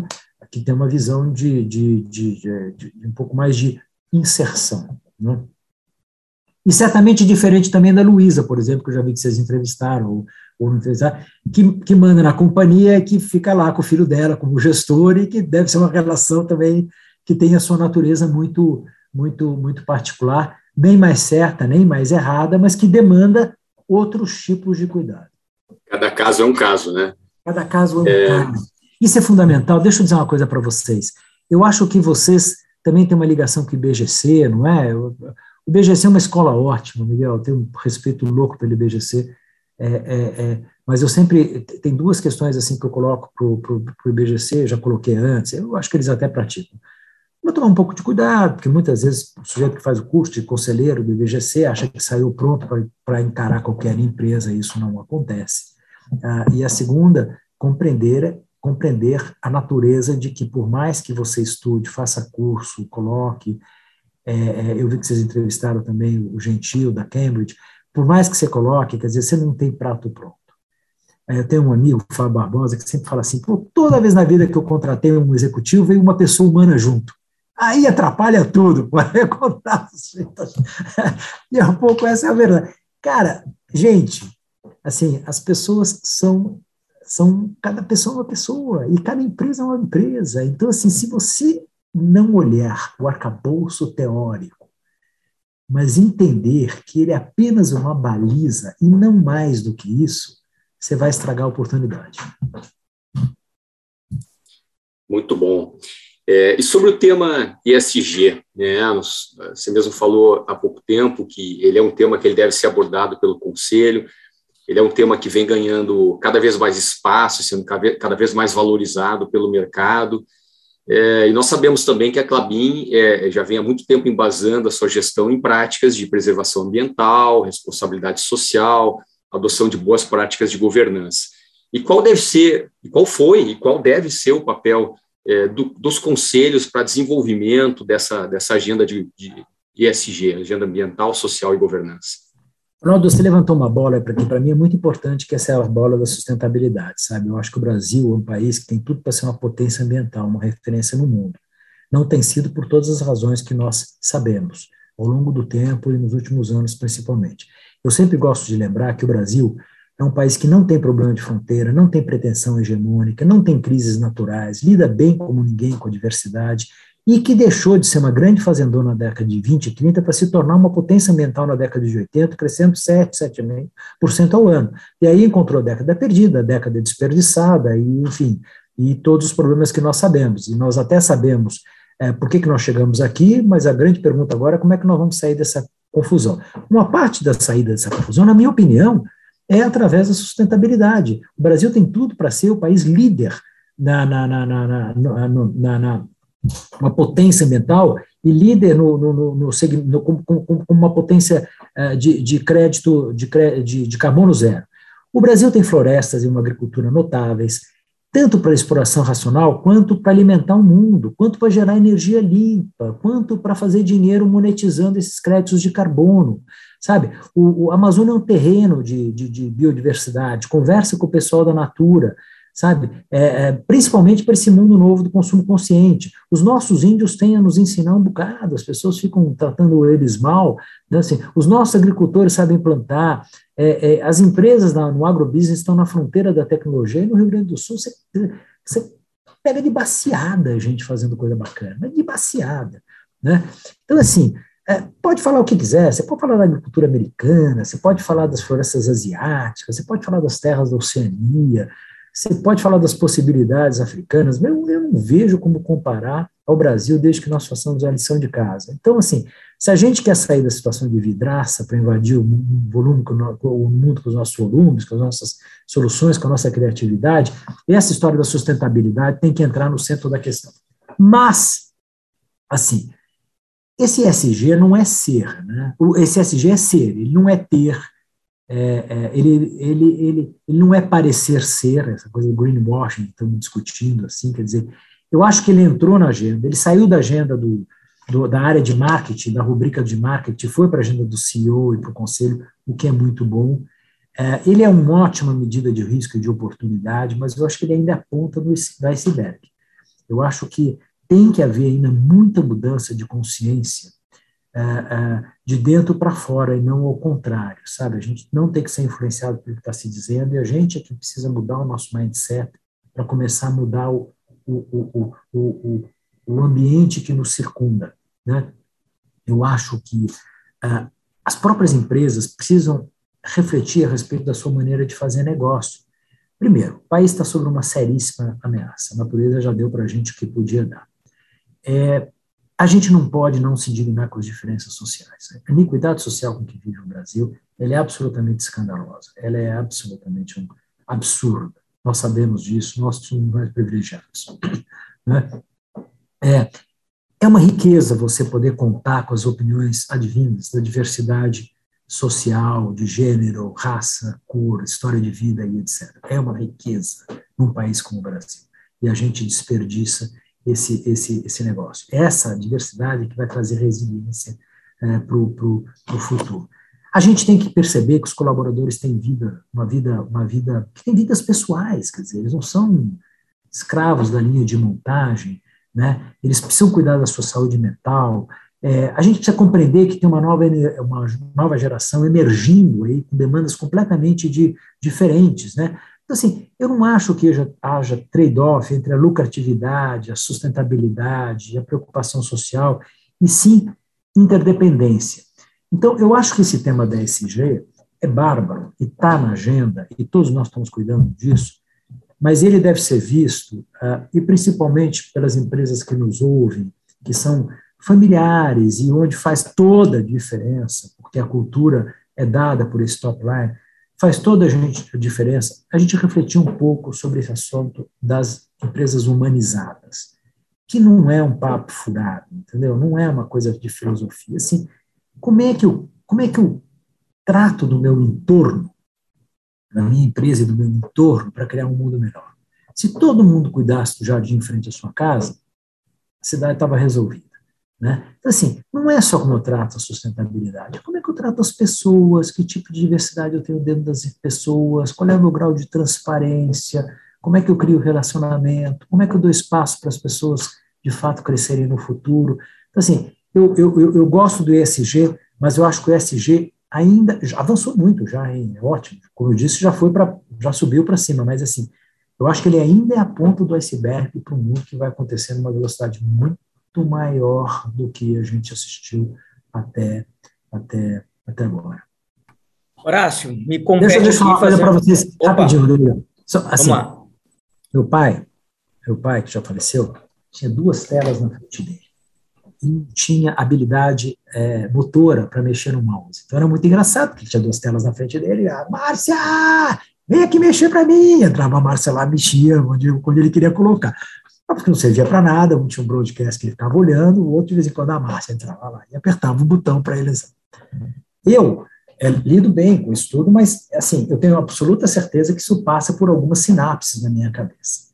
de um pouco mais de inserção, né? E certamente diferente também da Luísa, por exemplo, que eu já vi que vocês entrevistaram, ou não entrevistaram, que manda na companhia, que fica lá com o filho dela como gestor, e que deve ser uma relação também que tem a sua natureza muito, muito, muito particular, nem mais certa, nem mais errada, mas que demanda outros tipos de cuidado. Cada caso é um caso, né? Cada caso é um caso. Isso é fundamental. Deixa eu dizer uma coisa para vocês. Eu acho que vocês também têm uma ligação com o IBGC, não é? O IBGC é uma escola ótima, Miguel, eu tenho um respeito louco pelo IBGC, mas eu sempre, tem duas questões assim que eu coloco para o IBGC, já coloquei antes, eu acho que eles até praticam. Vou tomar um pouco de cuidado, porque muitas vezes o sujeito que faz o curso de conselheiro do IBGC acha que saiu pronto para encarar qualquer empresa, e isso não acontece. E a segunda, compreender a natureza de que, por mais que você estude, faça curso, coloque, eu vi que vocês entrevistaram também o Gentil, da Cambridge, por mais que você coloque, quer dizer, você não tem prato pronto. Eu tenho um amigo, o Fábio Barbosa, que sempre fala assim, toda vez na vida que eu contratei um executivo, veio uma pessoa humana junto. aí atrapalha tudo, pode contar. E é um pouco essa é a verdade. Cara, gente, assim, as pessoas são cada pessoa é uma pessoa, e cada empresa é uma empresa. Então, assim, se você não olhar o arcabouço teórico, mas entender que ele é apenas uma baliza e não mais do que isso, você vai estragar a oportunidade. Muito bom. E sobre o tema ESG, né, você mesmo falou há pouco tempo que ele é um tema que ele deve ser abordado pelo Conselho, ele é um tema que vem ganhando cada vez mais espaço, sendo cada vez mais valorizado pelo mercado, e nós sabemos também que a Klabin já vem há muito tempo embasando a sua gestão em práticas de preservação ambiental, responsabilidade social, adoção de boas práticas de governança. E qual deve ser o papel dos conselhos para desenvolvimento dessa agenda de ESG, agenda ambiental, social e governança? Ronaldo, você levantou uma bola que para mim é muito importante, que essa é a bola da sustentabilidade, sabe? Eu acho que o Brasil é um país que tem tudo para ser uma potência ambiental, uma referência no mundo. Não tem sido por todas as razões que nós sabemos, ao longo do tempo e nos últimos anos principalmente. Eu sempre gosto de lembrar que o Brasil é um país que não tem problema de fronteira, não tem pretensão hegemônica, não tem crises naturais, lida bem como ninguém com a diversidade, e que deixou de ser uma grande fazendona na década de 20 e 30 para se tornar uma potência ambiental na década de 80, crescendo 7,5% ao ano. E aí encontrou a década perdida, a década desperdiçada, e, enfim, e todos os problemas que nós sabemos. E nós até sabemos por que nós chegamos aqui, mas a grande pergunta agora é como é que nós vamos sair dessa confusão. Uma parte da saída dessa confusão, na minha opinião, é através da sustentabilidade. O Brasil tem tudo para ser o país líder uma potência ambiental e líder como uma potência de crédito de carbono zero. O Brasil tem florestas e uma agricultura notáveis, tanto para exploração racional, quanto para alimentar o mundo, quanto para gerar energia limpa, quanto para fazer dinheiro monetizando esses créditos de carbono, sabe? O Amazônia é um terreno de biodiversidade, conversa com o pessoal da Natura, sabe? Principalmente para esse mundo novo do consumo consciente. Os nossos índios têm a nos ensinar um bocado, as pessoas ficam tratando eles mal, né? Assim, os nossos agricultores sabem plantar, as empresas no agrobusiness estão na fronteira da tecnologia, e no Rio Grande do Sul você pega de baciada a gente fazendo coisa bacana, de baciada, né? Então, assim, pode falar o que quiser, você pode falar da agricultura americana, você pode falar das florestas asiáticas, você pode falar das terras da Oceania, você pode falar das possibilidades africanas, mas eu não vejo como comparar ao Brasil desde que nós façamos a lição de casa. Então, assim, se a gente quer sair da situação de vidraça para invadir o mundo com os nossos volumes, com as nossas soluções, com a nossa criatividade, essa história da sustentabilidade tem que entrar no centro da questão. Mas, assim, esse ESG não é ser, né? Esse ESG é ser, ele não é ter. Ele não é parecer ser, essa coisa do greenwashing que estamos discutindo, assim, quer dizer, eu acho que ele entrou na agenda, ele saiu da agenda da área de marketing, da rubrica de marketing, foi para a agenda do CEO e para o conselho, o que é muito bom. Ele é uma ótima medida de risco e de oportunidade, mas eu acho que ele ainda é a ponta do iceberg. Eu acho que tem que haver ainda muita mudança de consciência de dentro para fora e não ao contrário, sabe? A gente não tem que ser influenciado pelo que está se dizendo e a gente é que precisa mudar o nosso mindset para começar a mudar o ambiente que nos circunda, né? Eu acho que as próprias empresas precisam refletir a respeito da sua maneira de fazer negócio. Primeiro, o país está sob uma seríssima ameaça, a natureza já deu para a gente o que podia dar. A gente não pode não se indignar com as diferenças sociais. A iniquidade social com que vive o Brasil, ela é absolutamente escandalosa, ela é absolutamente absurda. Nós sabemos disso, nós somos mais privilegiados, né? É uma riqueza você poder contar com as opiniões advindas da diversidade social, de gênero, raça, cor, história de vida e etc. É uma riqueza num país como o Brasil. E a gente desperdiça esse negócio. Essa diversidade que vai trazer resiliência para o futuro. A gente tem que perceber que os colaboradores têm uma vida que tem vidas pessoais, quer dizer, eles não são escravos da linha de montagem, né? Eles precisam cuidar da sua saúde mental. A gente precisa compreender que tem uma nova geração emergindo aí, com demandas completamente diferentes, né? Então, assim, eu não acho que haja trade-off entre a lucratividade, a sustentabilidade e a preocupação social, e sim interdependência. Então, eu acho que esse tema da ESG é bárbaro, e está na agenda, e todos nós estamos cuidando disso, mas ele deve ser visto, e principalmente pelas empresas que nos ouvem, que são familiares e onde faz toda a diferença, porque a cultura é dada por esse top line, faz toda a diferença, a gente refletir um pouco sobre esse assunto das empresas humanizadas, que não é um papo furado, entendeu? Não é uma coisa de filosofia. Assim, como é que eu trato do meu entorno, da minha empresa e do meu entorno, para criar um mundo melhor? Se todo mundo cuidasse do jardim em frente à sua casa, a cidade estava resolvida, né? Então, assim, não é só como eu trato a sustentabilidade, é como é que eu trato as pessoas, que tipo de diversidade eu tenho dentro das pessoas, qual é o meu grau de transparência, como é que eu crio relacionamento, como é que eu dou espaço para as pessoas, de fato, crescerem no futuro. Então, assim, eu gosto do ESG, mas eu acho que o ESG ainda já avançou muito, já é ótimo. Como eu disse, já subiu para cima, mas assim, eu acho que ele ainda é a ponta do iceberg para um mundo que vai acontecer numa velocidade muito maior do que a gente assistiu até agora. Horácio, me compete deixa eu falar uma coisa para vocês, rapidinho, Rodrigo. Assim, vamos lá. Meu pai, que já faleceu, tinha 2 telas na frente dele. E não tinha habilidade motora para mexer no mouse. Então era muito engraçado, porque tinha 2 telas na frente dele. Márcia, vem aqui mexer para mim. Entrava a Márcia lá, mexia quando ele queria colocar. Porque não servia para nada, um tinha um broadcast que ele ficava olhando, o outro, de vez em quando, a Márcia entrava lá e apertava o botão para eles. Eu lido bem com isso tudo, mas assim, eu tenho absoluta certeza que isso passa por algumas sinapses na minha cabeça.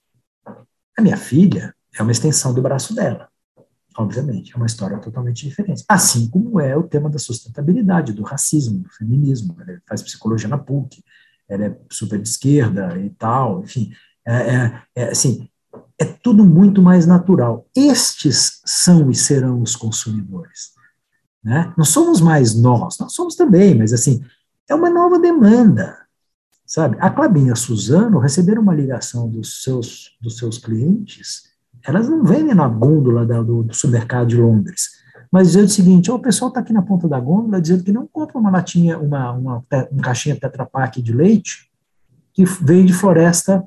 A minha filha é uma extensão do braço dela. Obviamente, é uma história totalmente diferente. Assim como é o tema da sustentabilidade, do racismo, do feminismo. Ela faz psicologia na PUC, ela é super de esquerda e tal, enfim. Assim, é tudo muito mais natural. Estes são e serão os consumidores, né? Não somos mais nós somos também, mas assim, é uma nova demanda, sabe? A Klabin e a Suzano receberam uma ligação dos seus clientes. Elas não vendem na gôndola do supermercado de Londres, mas dizendo o seguinte: o pessoal está aqui na ponta da gôndola dizendo que não compra uma latinha, uma caixinha Tetra Pak de leite que vem de floresta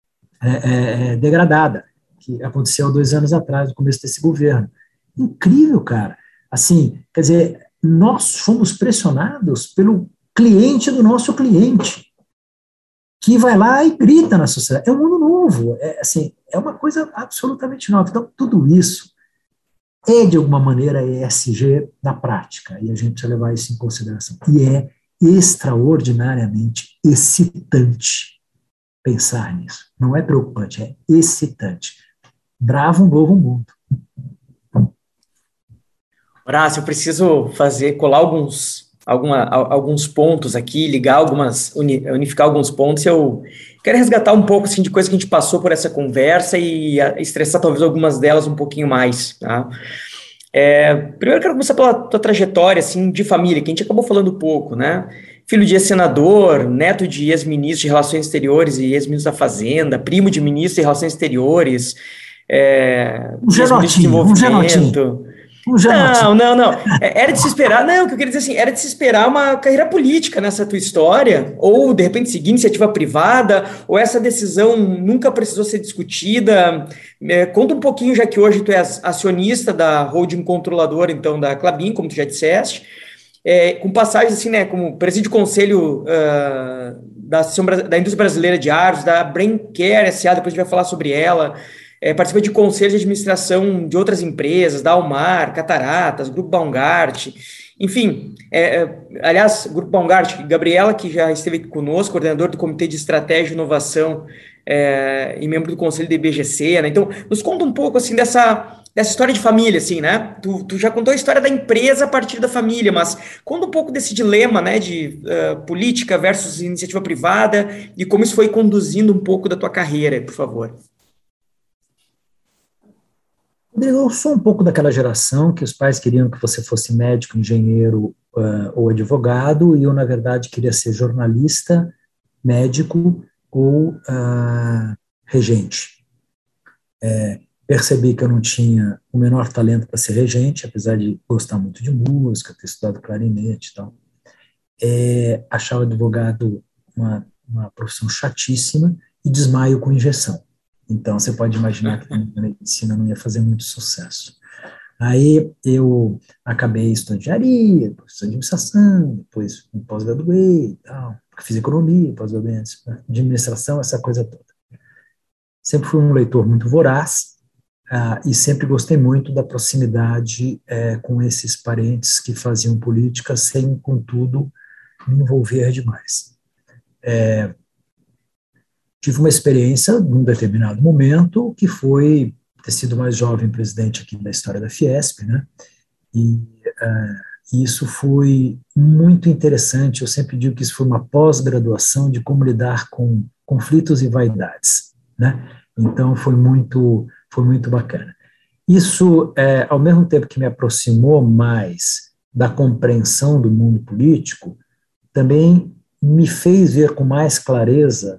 degradada, que aconteceu 2 anos atrás, no começo desse governo. Incrível, cara. Assim, quer dizer, nós fomos pressionados pelo cliente do nosso cliente, que vai lá e grita na sociedade. É um mundo novo, é uma coisa absolutamente nova. Então, tudo isso é, de alguma maneira, ESG na prática, e a gente precisa levar isso em consideração. E é extraordinariamente excitante pensar nisso. Não é preocupante, é excitante. Bravo um novo mundo. Horácio, eu preciso colar alguns pontos aqui, unificar alguns pontos. Eu quero resgatar um pouco assim, de coisa que a gente passou por essa conversa e estressar talvez algumas delas um pouquinho mais, tá? Primeiro eu quero começar pela tua trajetória assim, de família, que a gente acabou falando pouco, né? Filho de ex-senador, neto de ex-ministro de Relações Exteriores e ex-ministro da Fazenda, primo de ministro de Relações Exteriores, um genotinho. Não. Era de se esperar, não, o que eu queria dizer assim, era de se esperar uma carreira política nessa tua história, ou de repente seguir iniciativa privada, ou essa decisão nunca precisou ser discutida. Conta um pouquinho, já que hoje tu és acionista da holding controladora, então, da Klabin, como tu já disseste, com passagens assim, né, como presídio conselho da indústria brasileira de árvores, da Brain Care S.A., depois a gente vai falar sobre ela. Participa de conselhos de administração de outras empresas, da Almar, Cataratas, Grupo Baumgart, enfim, aliás, Grupo Baumgart, Gabriela, que já esteve aqui conosco, coordenador do Comitê de Estratégia e Inovação e membro do Conselho da IBGC, né? Então, nos conta um pouco, assim, dessa história de família, assim, né? Tu já contou a história da empresa a partir da família, mas conta um pouco desse dilema, né, de política versus iniciativa privada e como isso foi conduzindo um pouco da tua carreira, por favor. Rodrigo, eu sou um pouco daquela geração que os pais queriam que você fosse médico, engenheiro ou advogado, e eu, na verdade, queria ser jornalista, médico ou regente. Percebi que eu não tinha o menor talento para ser regente, apesar de gostar muito de música, ter estudado clarinete e tal. Achava advogado uma profissão chatíssima e desmaio com injeção. Então, você pode imaginar que a medicina não ia fazer muito sucesso. Aí eu acabei estudando engenharia, depois administração, depois pós-graduei e tal, fiz economia, pós-graduei administração, essa coisa toda. Sempre fui um leitor muito voraz, e sempre gostei muito da proximidade com esses parentes que faziam política sem, contudo, me envolver demais. Tive uma experiência, num determinado momento, que foi ter sido mais jovem presidente aqui da história da Fiesp, né? E isso foi muito interessante. Eu sempre digo que isso foi uma pós-graduação de como lidar com conflitos e vaidades, né? Então, foi muito bacana. Isso, ao mesmo tempo que me aproximou mais da compreensão do mundo político, também me fez ver com mais clareza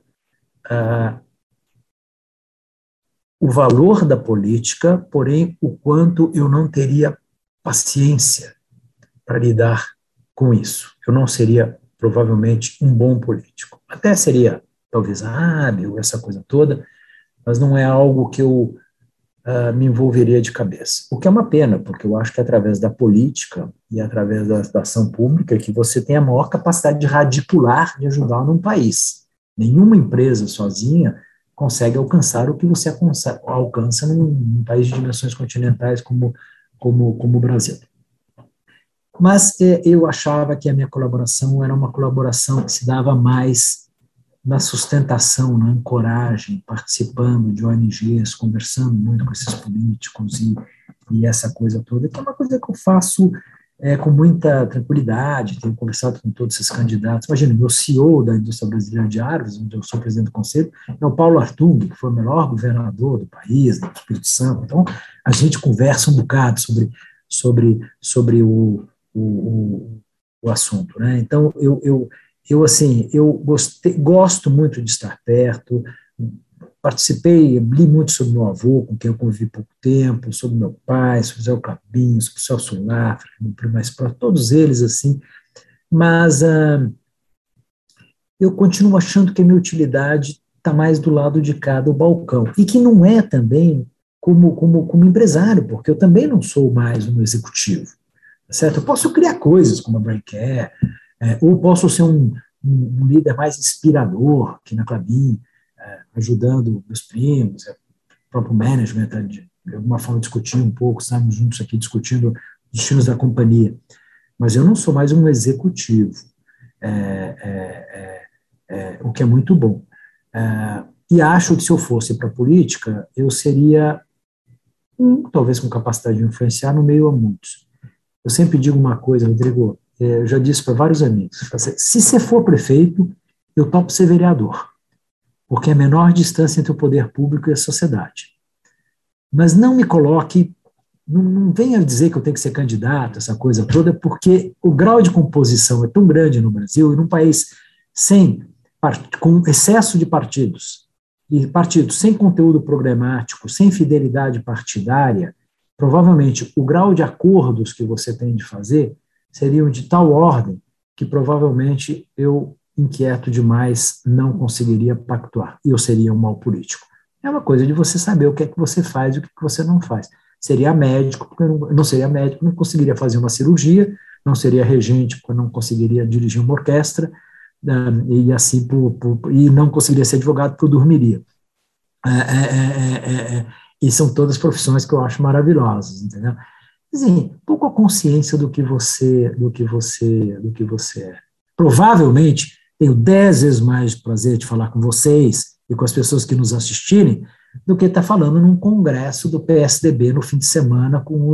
o valor da política, porém, o quanto eu não teria paciência para lidar com isso. Eu não seria, provavelmente, um bom político. Até seria, talvez, hábil, essa coisa toda, mas não é algo que eu me envolveria de cabeça. O que é uma pena, porque eu acho que é através da política e através da ação pública que você tem a maior capacidade de radicular, de ajudar num país. Nenhuma empresa sozinha consegue alcançar o que você alcança num país de dimensões continentais como o Brasil. Mas eu achava que a minha colaboração era uma colaboração que se dava mais na sustentação, na ancoragem, participando de ONGs, conversando muito com esses políticos e essa coisa toda, que é uma coisa que eu faço com muita tranquilidade. Tenho conversado com todos esses candidatos. Imagina, meu CEO da indústria brasileira de árvores, onde eu sou presidente do conselho, é o Paulo Artung, que foi o melhor governador do país, do Espírito Santo. Então, a gente conversa um bocado sobre o assunto, né? Então, eu gosto muito de estar perto, li muito sobre meu avô, com quem eu convivi pouco tempo, sobre meu pai, sobre o Zé Clabinho, sobre o Celso Laffer, meu primo mais próximo, todos eles, assim, mas eu continuo achando que a minha utilidade está mais do lado de cá do balcão, e que não é também como empresário, porque eu também não sou mais um executivo, certo? Eu posso criar coisas como a Braincare, ou posso ser um líder mais inspirador aqui na Clabin, ajudando meus primos, o próprio management, de alguma forma discutir um pouco, estamos juntos aqui discutindo os destinos da companhia. Mas eu não sou mais um executivo, o que é muito bom. E acho que se eu fosse para a política, eu seria, talvez com capacidade de influenciar, no meio a muitos. Eu sempre digo uma coisa, Rodrigo, eu já disse para vários amigos, se você for prefeito, eu topo ser vereador, porque é a menor distância entre o poder público e a sociedade. Mas não me coloque, não venha dizer que eu tenho que ser candidato, essa coisa toda, porque o grau de composição é tão grande no Brasil, e num país com excesso de partidos, e partidos sem conteúdo programático, sem fidelidade partidária, provavelmente o grau de acordos que você tem de fazer seriam de tal ordem que provavelmente eu, inquieto demais, não conseguiria pactuar, e eu seria um mau político. É uma coisa de você saber o que é que você faz e o que é que você não faz. Seria médico, porque eu não seria médico, não conseguiria fazer uma cirurgia, não seria regente, porque eu não conseguiria dirigir uma orquestra, e assim, e não conseguiria ser advogado, porque eu dormiria. E são todas profissões que eu acho maravilhosas, entendeu? Assim, pouco a consciência do que você é. Provavelmente tenho 10 vezes mais prazer de falar com vocês e com as pessoas que nos assistirem do que estar falando num congresso do PSDB no fim de semana com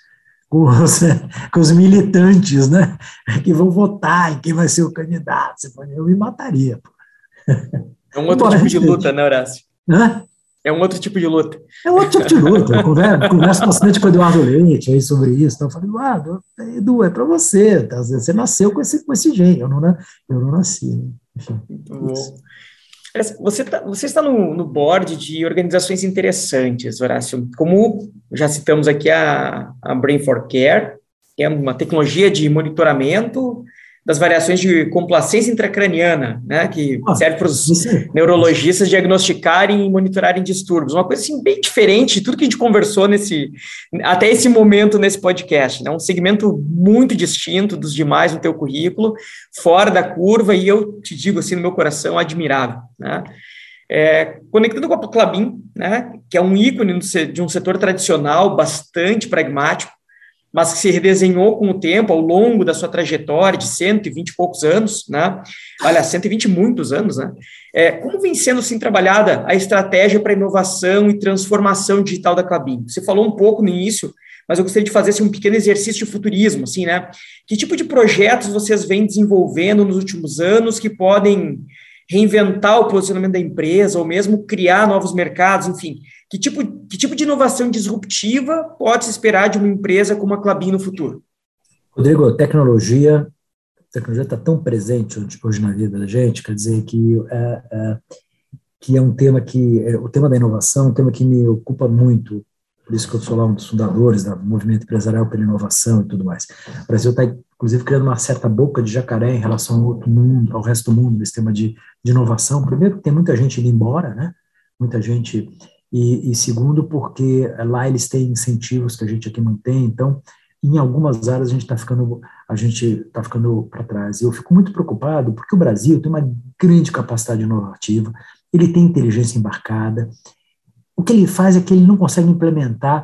os militantes, né, que vão votar em quem vai ser o candidato. Eu me mataria. Pô. É um outro tipo de luta, né, Horácio? Hã? É um outro tipo de luta. É outro tipo de luta. Eu converso bastante com o Eduardo Leite aí sobre isso. Então eu falei, Eduardo, Edu, é para você. Tá? Você nasceu com esse gene. Eu não nasci. Né? Enfim, muito bom. Você está no board de organizações interessantes, Horácio, como já citamos aqui a Brain for Care, que é uma tecnologia de monitoramento das variações de complacência intracraniana, né, que serve para os neurologistas diagnosticarem e monitorarem distúrbios. Uma coisa assim, bem diferente de tudo que a gente conversou até esse momento nesse podcast, né, um segmento muito distinto dos demais no teu currículo, fora da curva, e eu te digo assim no meu coração, admirável, né? Conectando com a Klabin, né, que é um ícone de um setor tradicional bastante pragmático, mas que se redesenhou com o tempo, ao longo da sua trajetória de 120 e poucos anos, né? Olha, 120 e muitos anos, né? Como vem sendo, assim, trabalhada a estratégia para inovação e transformação digital da Klabin? Você falou um pouco no início, mas eu gostaria de fazer assim, um pequeno exercício de futurismo, assim, né? Que tipo de projetos vocês vêm desenvolvendo nos últimos anos que podem reinventar o posicionamento da empresa ou mesmo criar novos mercados, enfim, que tipo de inovação disruptiva pode se esperar de uma empresa como a Klabin no futuro? Rodrigo, a tecnologia está tão presente hoje na vida da gente, quer dizer que é um tema o tema da inovação é um tema que me ocupa muito, por isso que eu sou lá um dos fundadores do Movimento Empresarial pela Inovação e tudo mais. O Brasil está, inclusive, criando uma certa boca de jacaré em relação ao resto do mundo, nesse tema de inovação. Primeiro, tem muita gente indo embora, né? Muita gente, e segundo, porque lá eles têm incentivos que a gente aqui não tem, então, em algumas áreas a gente está ficando para trás. E eu fico muito preocupado, porque o Brasil tem uma grande capacidade inovativa, ele tem inteligência embarcada. O que ele faz é que ele não consegue implementar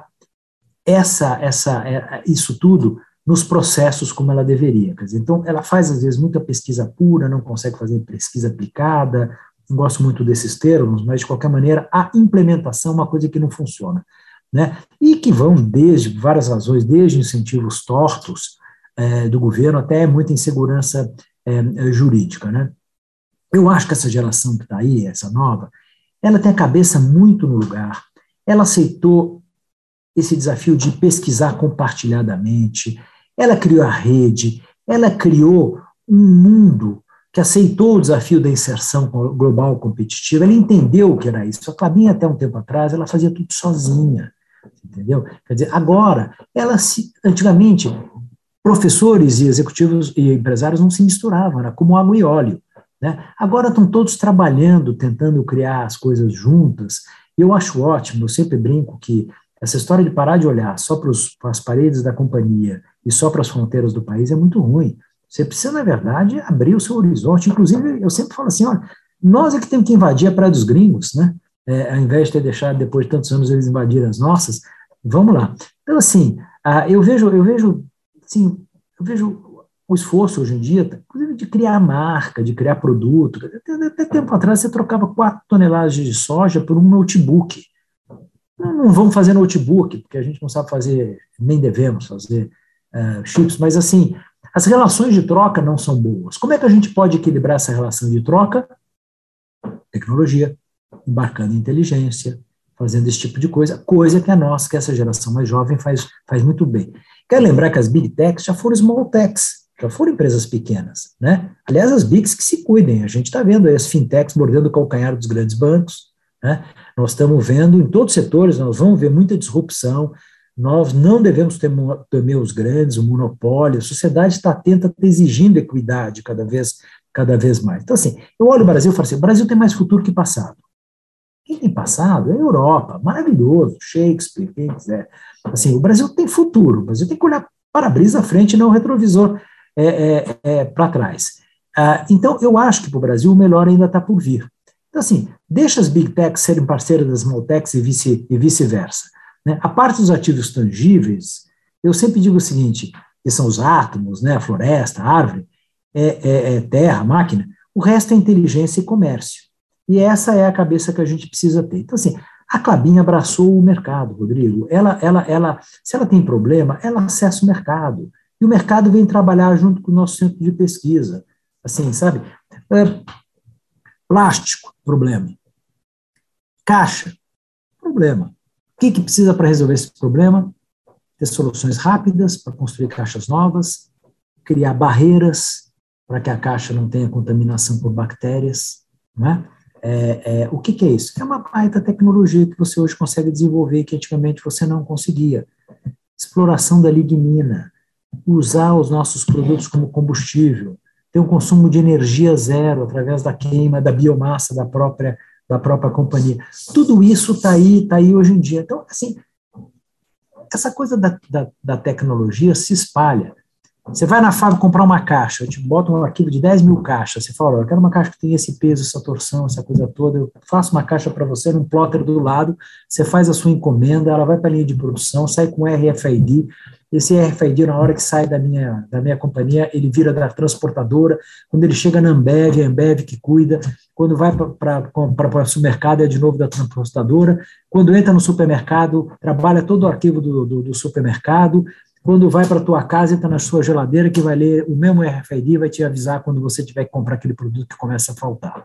isso tudo nos processos como ela deveria. Quer dizer, então, ela faz, às vezes, muita pesquisa pura, não consegue fazer pesquisa aplicada, não gosto muito desses termos, mas, de qualquer maneira, a implementação é uma coisa que não funciona. Né? E que vão desde várias razões, desde incentivos tortos do governo até muita insegurança jurídica. Né? Eu acho que essa geração que está aí, essa nova, ela tem a cabeça muito no lugar, ela aceitou esse desafio de pesquisar compartilhadamente, ela criou a rede, ela criou um mundo que aceitou o desafio da inserção global competitiva, ela entendeu o que era isso. A Klabin, até um tempo atrás, ela fazia tudo sozinha, entendeu? Quer dizer, agora, antigamente, professores e executivos e empresários não se misturavam, era como água e óleo. Né? Agora estão todos trabalhando, tentando criar as coisas juntas, e eu acho ótimo, eu sempre brinco que essa história de parar de olhar só para as paredes da companhia e só para as fronteiras do país é muito ruim. Você precisa, na verdade, abrir o seu horizonte. Inclusive, eu sempre falo assim, olha, nós é que temos que invadir a praia dos gringos, né? Ao invés de ter deixado, depois de tantos anos, eles invadirem as nossas, vamos lá. Então, assim, eu vejo o esforço hoje em dia, inclusive de criar marca, de criar produto. Até tempo atrás você trocava 4 toneladas de soja por um notebook. Não vamos fazer notebook, porque a gente não sabe fazer, nem devemos fazer chips, mas assim, as relações de troca não são boas. Como é que a gente pode equilibrar essa relação de troca? Tecnologia, embarcando em inteligência, fazendo esse tipo de coisa que essa geração mais jovem faz muito bem. Quero lembrar que as Big Techs já foram Small Techs, já foram empresas pequenas, né? Aliás, as Bigs que se cuidem, a gente está vendo aí as fintechs mordendo o calcanhar dos grandes bancos, né? Nós estamos vendo em todos os setores, nós vamos ver muita disrupção, nós não devemos temer os grandes, o monopólio, a sociedade está atenta, está exigindo equidade cada vez mais. Então, assim, eu olho o Brasil e falo assim, o Brasil tem mais futuro que passado. Quem tem passado é a Europa, maravilhoso, Shakespeare, quem quiser. Assim, o Brasil tem futuro, o Brasil tem que olhar para-brisa à frente e não o retrovisor para trás. Então, eu acho que para o Brasil o melhor ainda está por vir. Então, assim, deixa as Big Techs serem parceiras das Small Techs e vice-versa. Né? A parte dos ativos tangíveis, eu sempre digo o seguinte, que são os átomos, né, a floresta, a árvore, terra, máquina, o resto é inteligência e comércio. E essa é a cabeça que a gente precisa ter. Então, assim, a Klabin abraçou o mercado, Rodrigo. Se ela tem problema, ela acessa o mercado. E o mercado vem trabalhar junto com o nosso centro de pesquisa. Assim, sabe? Plástico, problema. Caixa, problema. O que precisa para resolver esse problema? Ter soluções rápidas para construir caixas novas, criar barreiras para que a caixa não tenha contaminação por bactérias, não é? O que é isso? É uma baita tecnologia que você hoje consegue desenvolver que antigamente você não conseguia. Exploração da lignina, usar os nossos produtos como combustível, ter um consumo de energia zero através da queima da biomassa da própria companhia. Tudo isso está aí hoje em dia. Então, assim, essa coisa da tecnologia se espalha. Você vai na fábrica comprar uma caixa, eu te boto um arquivo de 10 mil caixas, você fala, eu quero uma caixa que tem esse peso, essa torção, essa coisa toda, eu faço uma caixa para você num plotter do lado, você faz a sua encomenda, ela vai para a linha de produção, sai com RFID, esse RFID, na hora que sai da minha companhia, ele vira da transportadora, quando ele chega na Ambev, é a Ambev que cuida, quando vai para o supermercado, é de novo da transportadora, quando entra no supermercado, trabalha todo o arquivo do supermercado, quando vai para a tua casa, entra na sua geladeira, que vai ler o mesmo RFID e vai te avisar quando você tiver que comprar aquele produto que começa a faltar.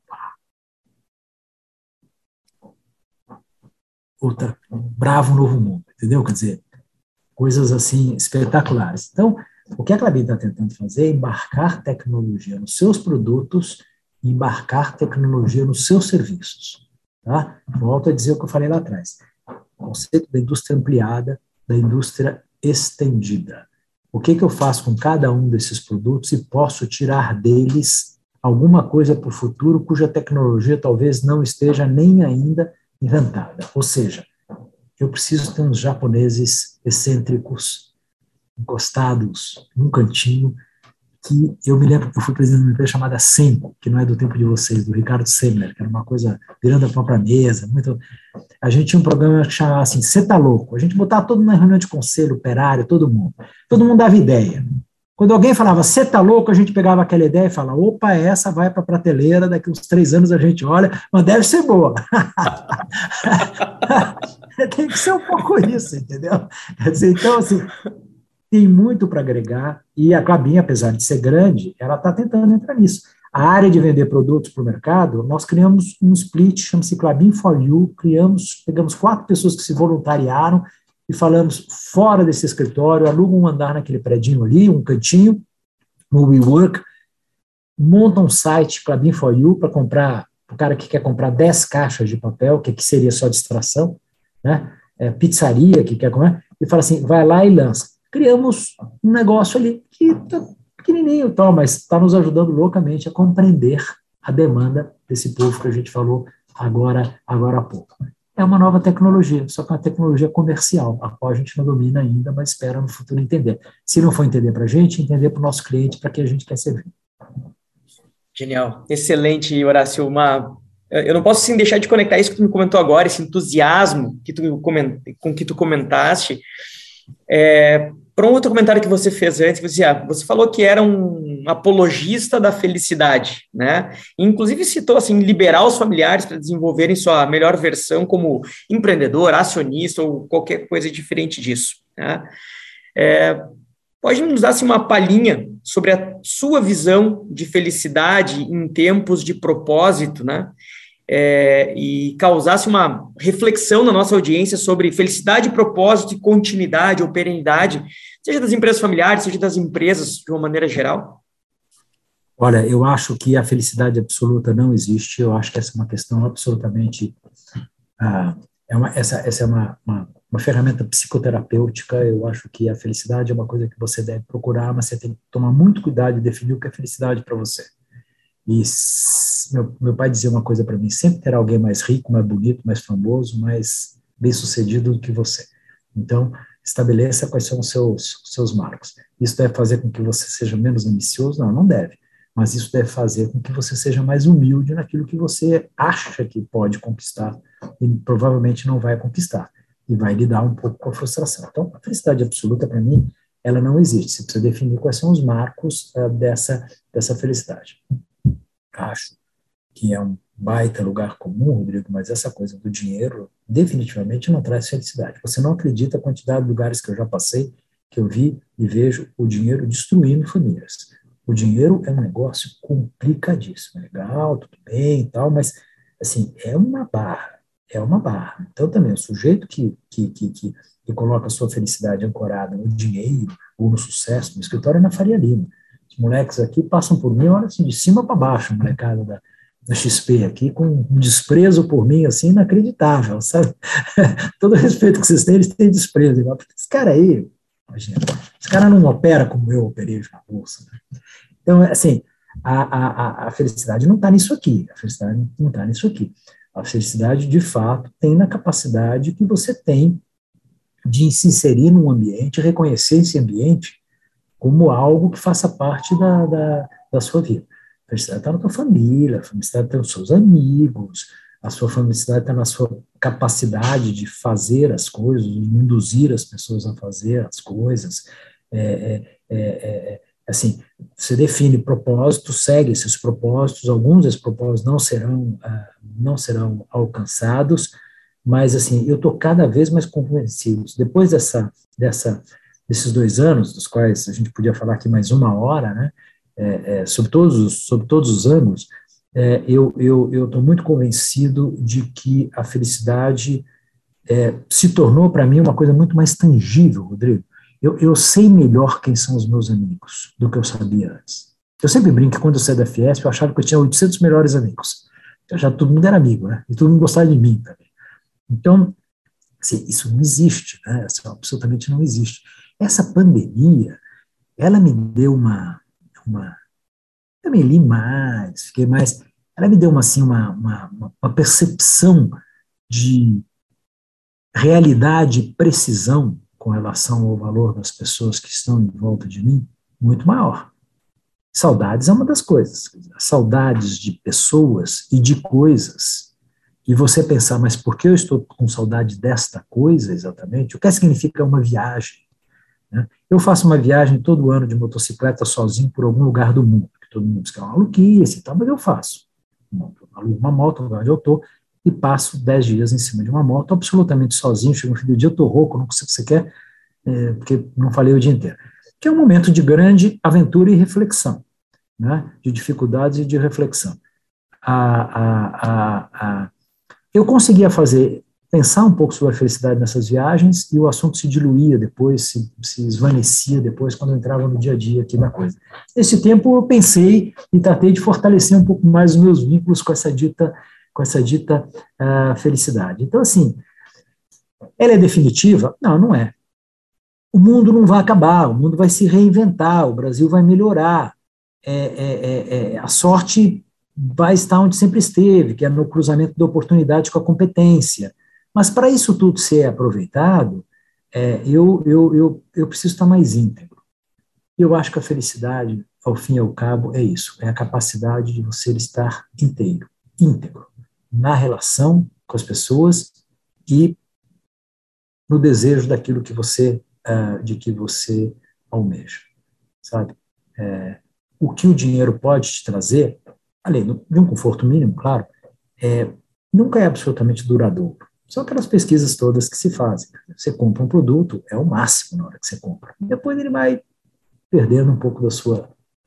Outra, bravo novo mundo, entendeu? Quer dizer, coisas assim espetaculares. Então, o que a Klabin está tentando fazer é embarcar tecnologia nos seus produtos e embarcar tecnologia nos seus serviços. Tá? Volto a dizer o que eu falei lá atrás. O conceito da indústria ampliada, da indústria estendida. O que eu faço com cada um desses produtos e posso tirar deles alguma coisa para o futuro cuja tecnologia talvez não esteja nem ainda inventada. Ou seja, eu preciso ter uns japoneses excêntricos, encostados num cantinho, que eu me lembro que eu fui presidente de uma empresa chamada Semco, que não é do tempo de vocês, do Ricardo Semler, que era uma coisa virando a própria mesa, muito... A gente tinha um programa que chamava assim, Cê tá louco? A gente botava todo mundo na reunião de conselho, operário, todo mundo dava ideia. Quando alguém falava, cê tá louco, a gente pegava aquela ideia e falava, opa, essa vai para a prateleira, daqui uns 3 anos a gente olha, mas deve ser boa. Tem que ser um pouco isso, entendeu? Quer dizer, então, assim, tem muito para agregar, e a Klabin, apesar de ser grande, ela está tentando entrar nisso. A área de vender produtos para o mercado, nós criamos um split, chama-se Klabin for You, pegamos 4 pessoas que se voluntariaram e falamos, fora desse escritório, aluga um andar naquele predinho ali, um cantinho, no WeWork, monta um site Klabin for You para comprar, o cara que quer comprar 10 caixas de papel, que aqui seria só distração, né? Pizzaria que quer comer, e fala assim, vai lá e lança. Criamos um negócio ali que está pequenininho e tal, mas está nos ajudando loucamente a compreender a demanda desse povo que a gente falou agora há pouco. É uma nova tecnologia, só que é uma tecnologia comercial, a qual a gente não domina ainda, mas espera no futuro entender. Se não for entender para a gente, entender para o nosso cliente, para quem a gente quer servir. Genial, excelente, Horácio. Eu não posso, sim, deixar de conectar isso que tu me comentou agora, esse entusiasmo com que tu comentaste, para um outro comentário que você fez antes, você falou que era um apologista da felicidade, né? Inclusive citou assim, liberar os familiares para desenvolverem sua melhor versão como empreendedor, acionista ou qualquer coisa diferente disso, né? Pode nos dar assim, uma palhinha sobre a sua visão de felicidade em tempos de propósito, né? E causasse uma reflexão na nossa audiência sobre felicidade, propósito e continuidade ou perenidade, seja das empresas familiares, seja das empresas de uma maneira geral? Olha, eu acho que a felicidade absoluta não existe, eu acho que essa é uma questão absolutamente... essa é uma ferramenta psicoterapêutica, eu acho que a felicidade é uma coisa que você deve procurar, mas você tem que tomar muito cuidado de definir o que é felicidade para você. E meu pai dizia uma coisa para mim, sempre terá alguém mais rico, mais bonito, mais famoso, mais bem-sucedido do que você. Então, estabeleça quais são os seus marcos. Isso deve fazer com que você seja menos ambicioso? Não deve. Mas isso deve fazer com que você seja mais humilde naquilo que você acha que pode conquistar e provavelmente não vai conquistar. E vai lidar um pouco com a frustração. Então, a felicidade absoluta, para mim, ela não existe. Você precisa definir quais são os marcos dessa felicidade. Acho que é um baita lugar comum, Rodrigo, mas essa coisa do dinheiro definitivamente não traz felicidade. Você não acredita a quantidade de lugares que eu já passei, que eu vi e vejo o dinheiro destruindo famílias. O dinheiro é um negócio complicadíssimo. Legal, tudo bem e tal, mas assim, é uma barra. é uma barra. Então, também, o sujeito que coloca a sua felicidade ancorada no dinheiro ou no sucesso, no escritório é na Faria Lima. Os moleques aqui passam por mim, olha assim, de cima para baixo, a molecada da XP aqui, com um desprezo por mim, assim, inacreditável, sabe? Todo o respeito que vocês têm, eles têm desprezo. Esse cara aí, imagina, esse cara não opera como eu operei na bolsa. Né? Então, assim, a felicidade não está nisso aqui, a felicidade não está nisso aqui. A felicidade, de fato, tem na capacidade que você tem de se inserir num ambiente, reconhecer esse ambiente como algo que faça parte da sua vida. A felicidade está na tua família, a felicidade está nos seus amigos, a sua felicidade está na sua capacidade de fazer as coisas, de induzir as pessoas a fazer as coisas. Assim, você define propósitos, segue esses propósitos, alguns desses propósitos não serão alcançados, mas, assim, eu estou cada vez mais convencido. Depois desses 2 anos, dos quais a gente podia falar aqui mais 1 hora, né, sobre todos os ângulos, eu estou muito convencido de que a felicidade se tornou, para mim, uma coisa muito mais tangível, Rodrigo. Eu sei melhor quem são os meus amigos do que eu sabia antes. Eu sempre brinco que quando eu saí da Fiesp, eu achava que eu tinha 800 melhores amigos. Já todo mundo era amigo, né? E todo mundo gostava de mim também. Então, assim, isso não existe, né? Isso absolutamente não existe. Essa pandemia, ela me deu também li mais, fiquei mais, ela me deu uma percepção de realidade e precisão com relação ao valor das pessoas que estão em volta de mim, muito maior. Saudades é uma das coisas. Saudades de pessoas e de coisas. E você pensar, mas por que eu estou com saudade desta coisa exatamente? O que significa uma viagem? Né? Eu faço uma viagem todo ano de motocicleta sozinho por algum lugar do mundo, que todo mundo diz que é uma maluquice e tal, mas eu faço. Eu alugo uma moto, onde eu estou, e passo 10 dias em cima de uma moto, absolutamente sozinho, chego no fim do dia, eu estou rouco, não sei o que você quer, porque não falei o dia inteiro. Que é um momento de grande aventura e reflexão, né? De dificuldades e de reflexão. Eu conseguia pensar um pouco sobre a felicidade nessas viagens, e o assunto se diluía depois, se esvanecia depois, quando eu entrava no dia a dia aqui da coisa. Nesse tempo eu pensei e tratei de fortalecer um pouco mais os meus vínculos com essa dita felicidade. Então, assim, ela é definitiva? Não, não é. O mundo não vai acabar, o mundo vai se reinventar, o Brasil vai melhorar, a sorte vai estar onde sempre esteve, que é no cruzamento da oportunidade com a competência. Mas para isso tudo ser aproveitado, eu preciso estar mais íntegro. Eu acho que a felicidade, ao fim e ao cabo, é isso, é a capacidade de você estar íntegro, na relação com as pessoas e no desejo daquilo que você almeja, sabe? O que o dinheiro pode te trazer, além de um conforto mínimo, claro, nunca é absolutamente duradouro. São aquelas pesquisas todas que se fazem. Você compra um produto, é o máximo na hora que você compra. Depois ele vai perdendo um pouco da sua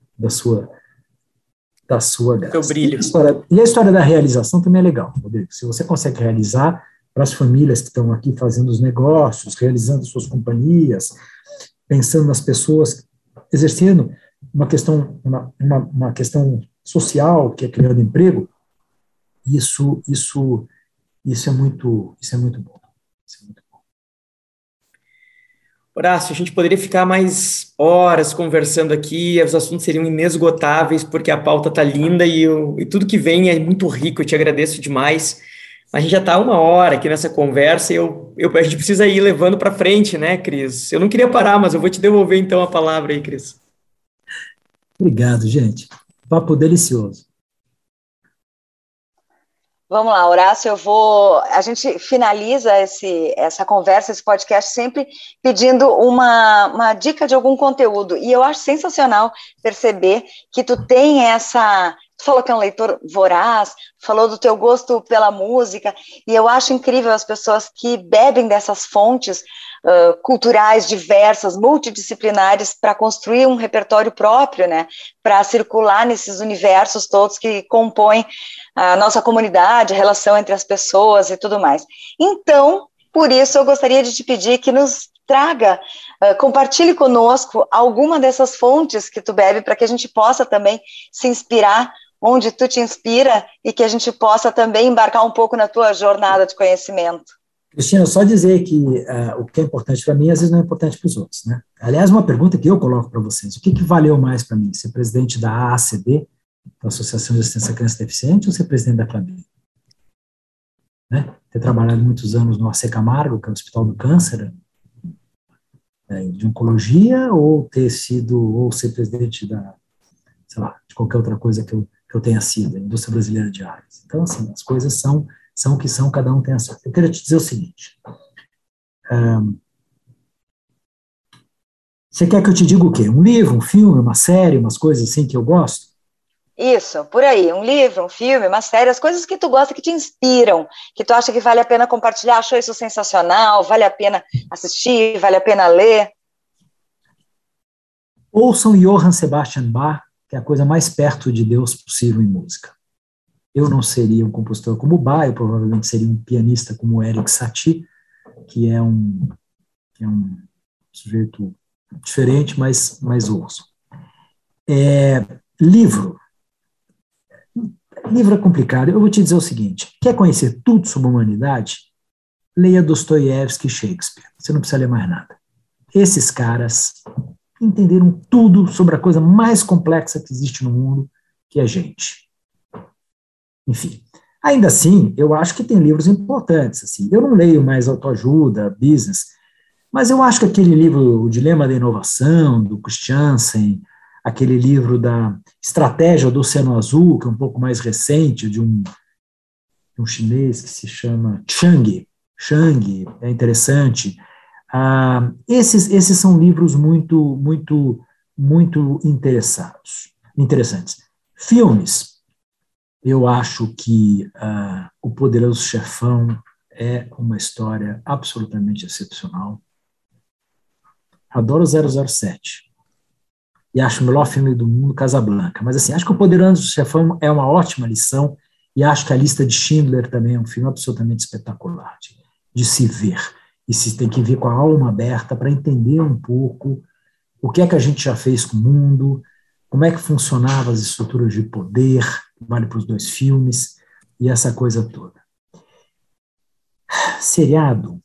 graça. Seu brilho. E a história da realização também é legal, Rodrigo. Se você consegue realizar para as famílias que estão aqui fazendo os negócios, realizando suas companhias, pensando nas pessoas, exercendo uma questão social, que é criando emprego, isso é muito bom. Isso é muito bom. Horácio, a gente poderia ficar mais horas conversando aqui, os assuntos seriam inesgotáveis, porque a pauta está linda e tudo que vem é muito rico, eu te agradeço demais. A gente já está 1 hora aqui nessa conversa e a gente precisa ir levando para frente, né, Cris? Eu não queria parar, mas eu vou te devolver então a palavra aí, Cris. Obrigado, gente. Papo delicioso. Vamos lá, Horácio, a gente finaliza essa conversa, esse podcast, sempre pedindo uma dica de algum conteúdo, e eu acho sensacional perceber que tu falou que é um leitor voraz, falou do teu gosto pela música, e eu acho incrível as pessoas que bebem dessas fontes culturais diversas, multidisciplinares, para construir um repertório próprio, né, para circular nesses universos todos que compõem a nossa comunidade, a relação entre as pessoas e tudo mais. Então, por isso, eu gostaria de te pedir que nos traga, compartilhe conosco alguma dessas fontes que tu bebe, para que a gente possa também se inspirar onde tu te inspira e que a gente possa também embarcar um pouco na tua jornada de conhecimento. Cristina, só dizer que o que é importante para mim, às vezes não é importante para os outros, né? Aliás, uma pergunta que eu coloco para vocês: o que valeu mais para mim? Ser presidente da AACD, da Associação de Assistência à Criança Deficiente, ou ser presidente da Clabin? Né? Ter trabalhado muitos anos no AC Camargo, que é o Hospital do Câncer, de oncologia, ou ser presidente sei lá, de qualquer outra coisa que eu tenha sido, a indústria brasileira de armas. Então, assim, as coisas são o que são, cada um tem a sua. Eu queria te dizer o seguinte: você quer que eu te diga o quê? Um livro, um filme, uma série, umas coisas assim que eu gosto? Isso, por aí, um livro, um filme, uma série, as coisas que tu gosta, que te inspiram, que tu acha que vale a pena compartilhar, achou isso sensacional, vale a pena assistir, vale a pena ler. Ouçam Johann Sebastian Bach, que é a coisa mais perto de Deus possível em música. Eu não seria um compositor como Bach, eu provavelmente seria um pianista como Erik Satie, que é um sujeito diferente, mas ouço. Livro é complicado. Eu vou te dizer o seguinte: quer conhecer tudo sobre a humanidade? Leia Dostoiévski e Shakespeare. Você não precisa ler mais nada. Esses caras entenderam tudo sobre a coisa mais complexa que existe no mundo, que é gente. Enfim, ainda assim, eu acho que tem livros importantes. Assim. Eu não leio mais autoajuda, business, mas eu acho que aquele livro, O Dilema da Inovação, do Christiansen, aquele livro da Estratégia do Oceano Azul, que é um pouco mais recente, de um chinês que se chama Chang, é interessante. Esses são livros muito, muito, muito interessantes. Filmes, eu acho que O Poderoso Chefão é uma história absolutamente excepcional. Adoro 007. E acho o melhor filme do mundo, Casablanca. Mas, assim, acho que O Poderoso Chefão é uma ótima lição, e acho que A Lista de Schindler também é um filme absolutamente espetacular de se ver. E se tem que ver com a alma aberta para entender um pouco o que é que a gente já fez com o mundo, como é que funcionavam as estruturas de poder, vale para os dois filmes, e essa coisa toda. Seriado.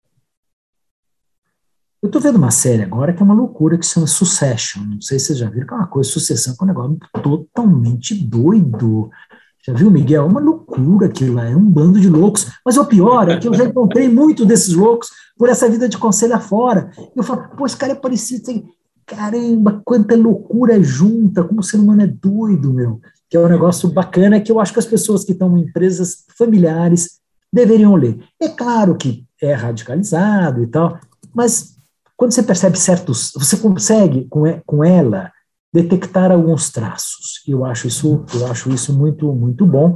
Eu estou vendo uma série agora que é uma loucura, que se chama Succession. Não sei se vocês já viram, que é uma coisa, Sucessão, que é um negócio totalmente doido. Já viu, Miguel? É uma loucura aquilo lá, é um bando de loucos. Mas o pior é que eu já encontrei muito desses loucos por essa vida de conselho afora. Eu falo, pô, esse cara é parecido, assim, caramba, quanta loucura junta, como o ser humano é doido, meu. Que é um negócio bacana que eu acho que as pessoas que estão em empresas familiares deveriam ler. É claro que é radicalizado e tal, mas quando você percebe você consegue com ela detectar alguns traços. Eu acho isso muito, muito bom.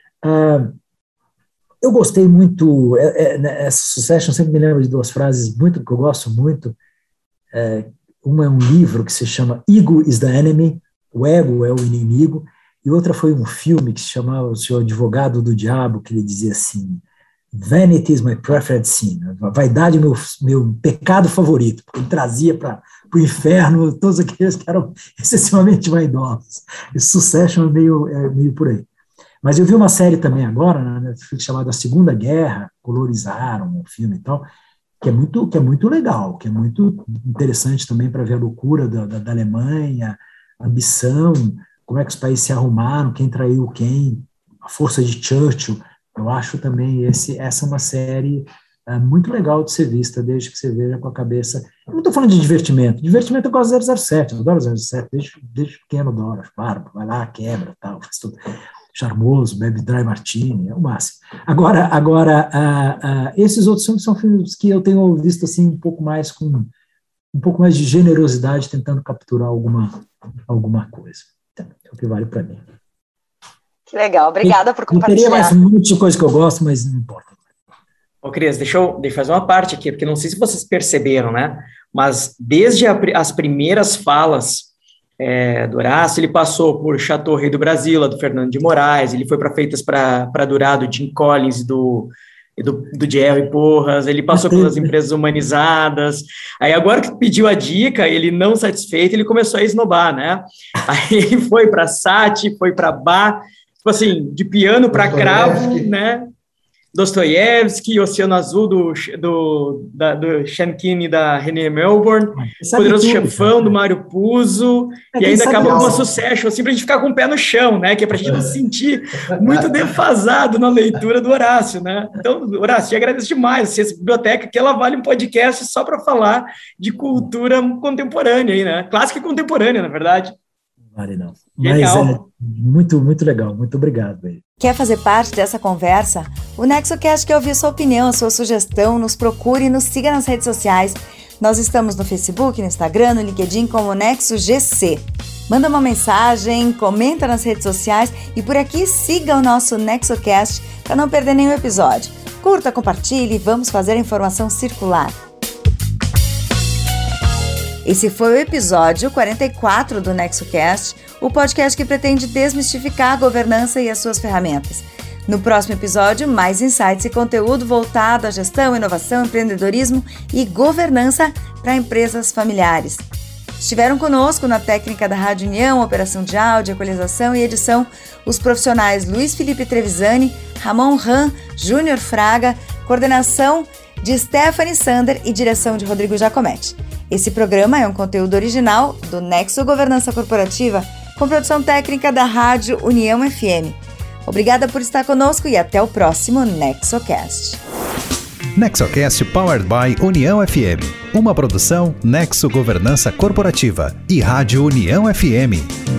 Eu gostei muito, essa Succession sempre me lembra de duas frases muito que eu gosto muito. Uma é um livro que se chama Ego is the Enemy, o ego é o inimigo, e outra foi um filme que se chamava O Senhor Advogado do Diabo, que ele dizia assim: Vanity is my preferred sin. A vaidade é meu pecado favorito, porque ele trazia para o inferno todos aqueles que eram excessivamente vaidosos. Esse Succession é meio por aí. Mas eu vi uma série também agora, na Netflix, chamada A Segunda Guerra, colorizaram o filme e tal, que é muito legal, que é muito interessante também para ver a loucura da Alemanha, a ambição, como é que os países se arrumaram, quem traiu quem, a força de Churchill. Eu acho também essa é uma série muito legal de ser vista, desde que você veja com a cabeça. Eu não estou falando de divertimento. Divertimento eu gosto de 007, eu adoro 007, desde pequeno eu adoro. Claro, vai lá, quebra, tal, faz tudo. Charmoso, bebe dry martini, é o máximo. Agora esses outros filmes são filmes que eu tenho visto assim um pouco mais de generosidade, tentando capturar alguma coisa. Então, é o que vale para mim. Que legal, obrigada por compartilhar. Eu teria mais um monte de coisa que eu gosto, mas não importa. Ô, Cris, deixa eu fazer uma parte aqui, porque não sei se vocês perceberam, né? Mas desde as primeiras falas do Horácio, ele passou por Chateau Rei do Brasil, do Fernando de Moraes, ele foi para Feitas para Durar, do Jim Collins, do Jerry Porras, ele passou pelas empresas humanizadas, aí agora que pediu a dica, ele não satisfeito, ele começou a esnobar, né? Aí ele foi para Sati, foi para Bach, tipo assim, de piano para cravo, né? Dostoiévski, Oceano Azul, do Shankin e da René Melbourne, Poderoso Chefão, do Mário Puzo, e ainda acaba com uma Succession, assim, pra gente ficar com o pé no chão, né, que é pra gente não se sentir muito defasado na leitura do Horácio, né. Então, Horácio, te agradeço demais, essa biblioteca aqui, ela vale um podcast só para falar de cultura contemporânea, aí, né, clássica e contemporânea, na verdade. Vale não. Mas muito, muito legal. Muito obrigado. Aí. Quer fazer parte dessa conversa? O NexoCast quer ouvir sua opinião, a sua sugestão. Nos procure e nos siga nas redes sociais. Nós estamos no Facebook, no Instagram, no LinkedIn como NexoGC. Manda uma mensagem, comenta nas redes sociais e por aqui siga o nosso NexoCast para não perder nenhum episódio. Curta, compartilhe e vamos fazer a informação circular. Esse foi o episódio 44 do NexoCast, o podcast que pretende desmistificar a governança e as suas ferramentas. No próximo episódio, mais insights e conteúdo voltado à gestão, inovação, empreendedorismo e governança para empresas familiares. Estiveram conosco na técnica da Rádio União, operação de áudio, equalização e edição, os profissionais Luiz Felipe Trevisani, Ramon Ram, Júnior Fraga, coordenação de Stephanie Sander e direção de Rodrigo Giacometti. Esse programa é um conteúdo original do Nexo Governança Corporativa, com produção técnica da Rádio União FM. Obrigada por estar conosco e até o próximo NexoCast. NexoCast Powered by União FM. Uma produção Nexo Governança Corporativa e Rádio União FM.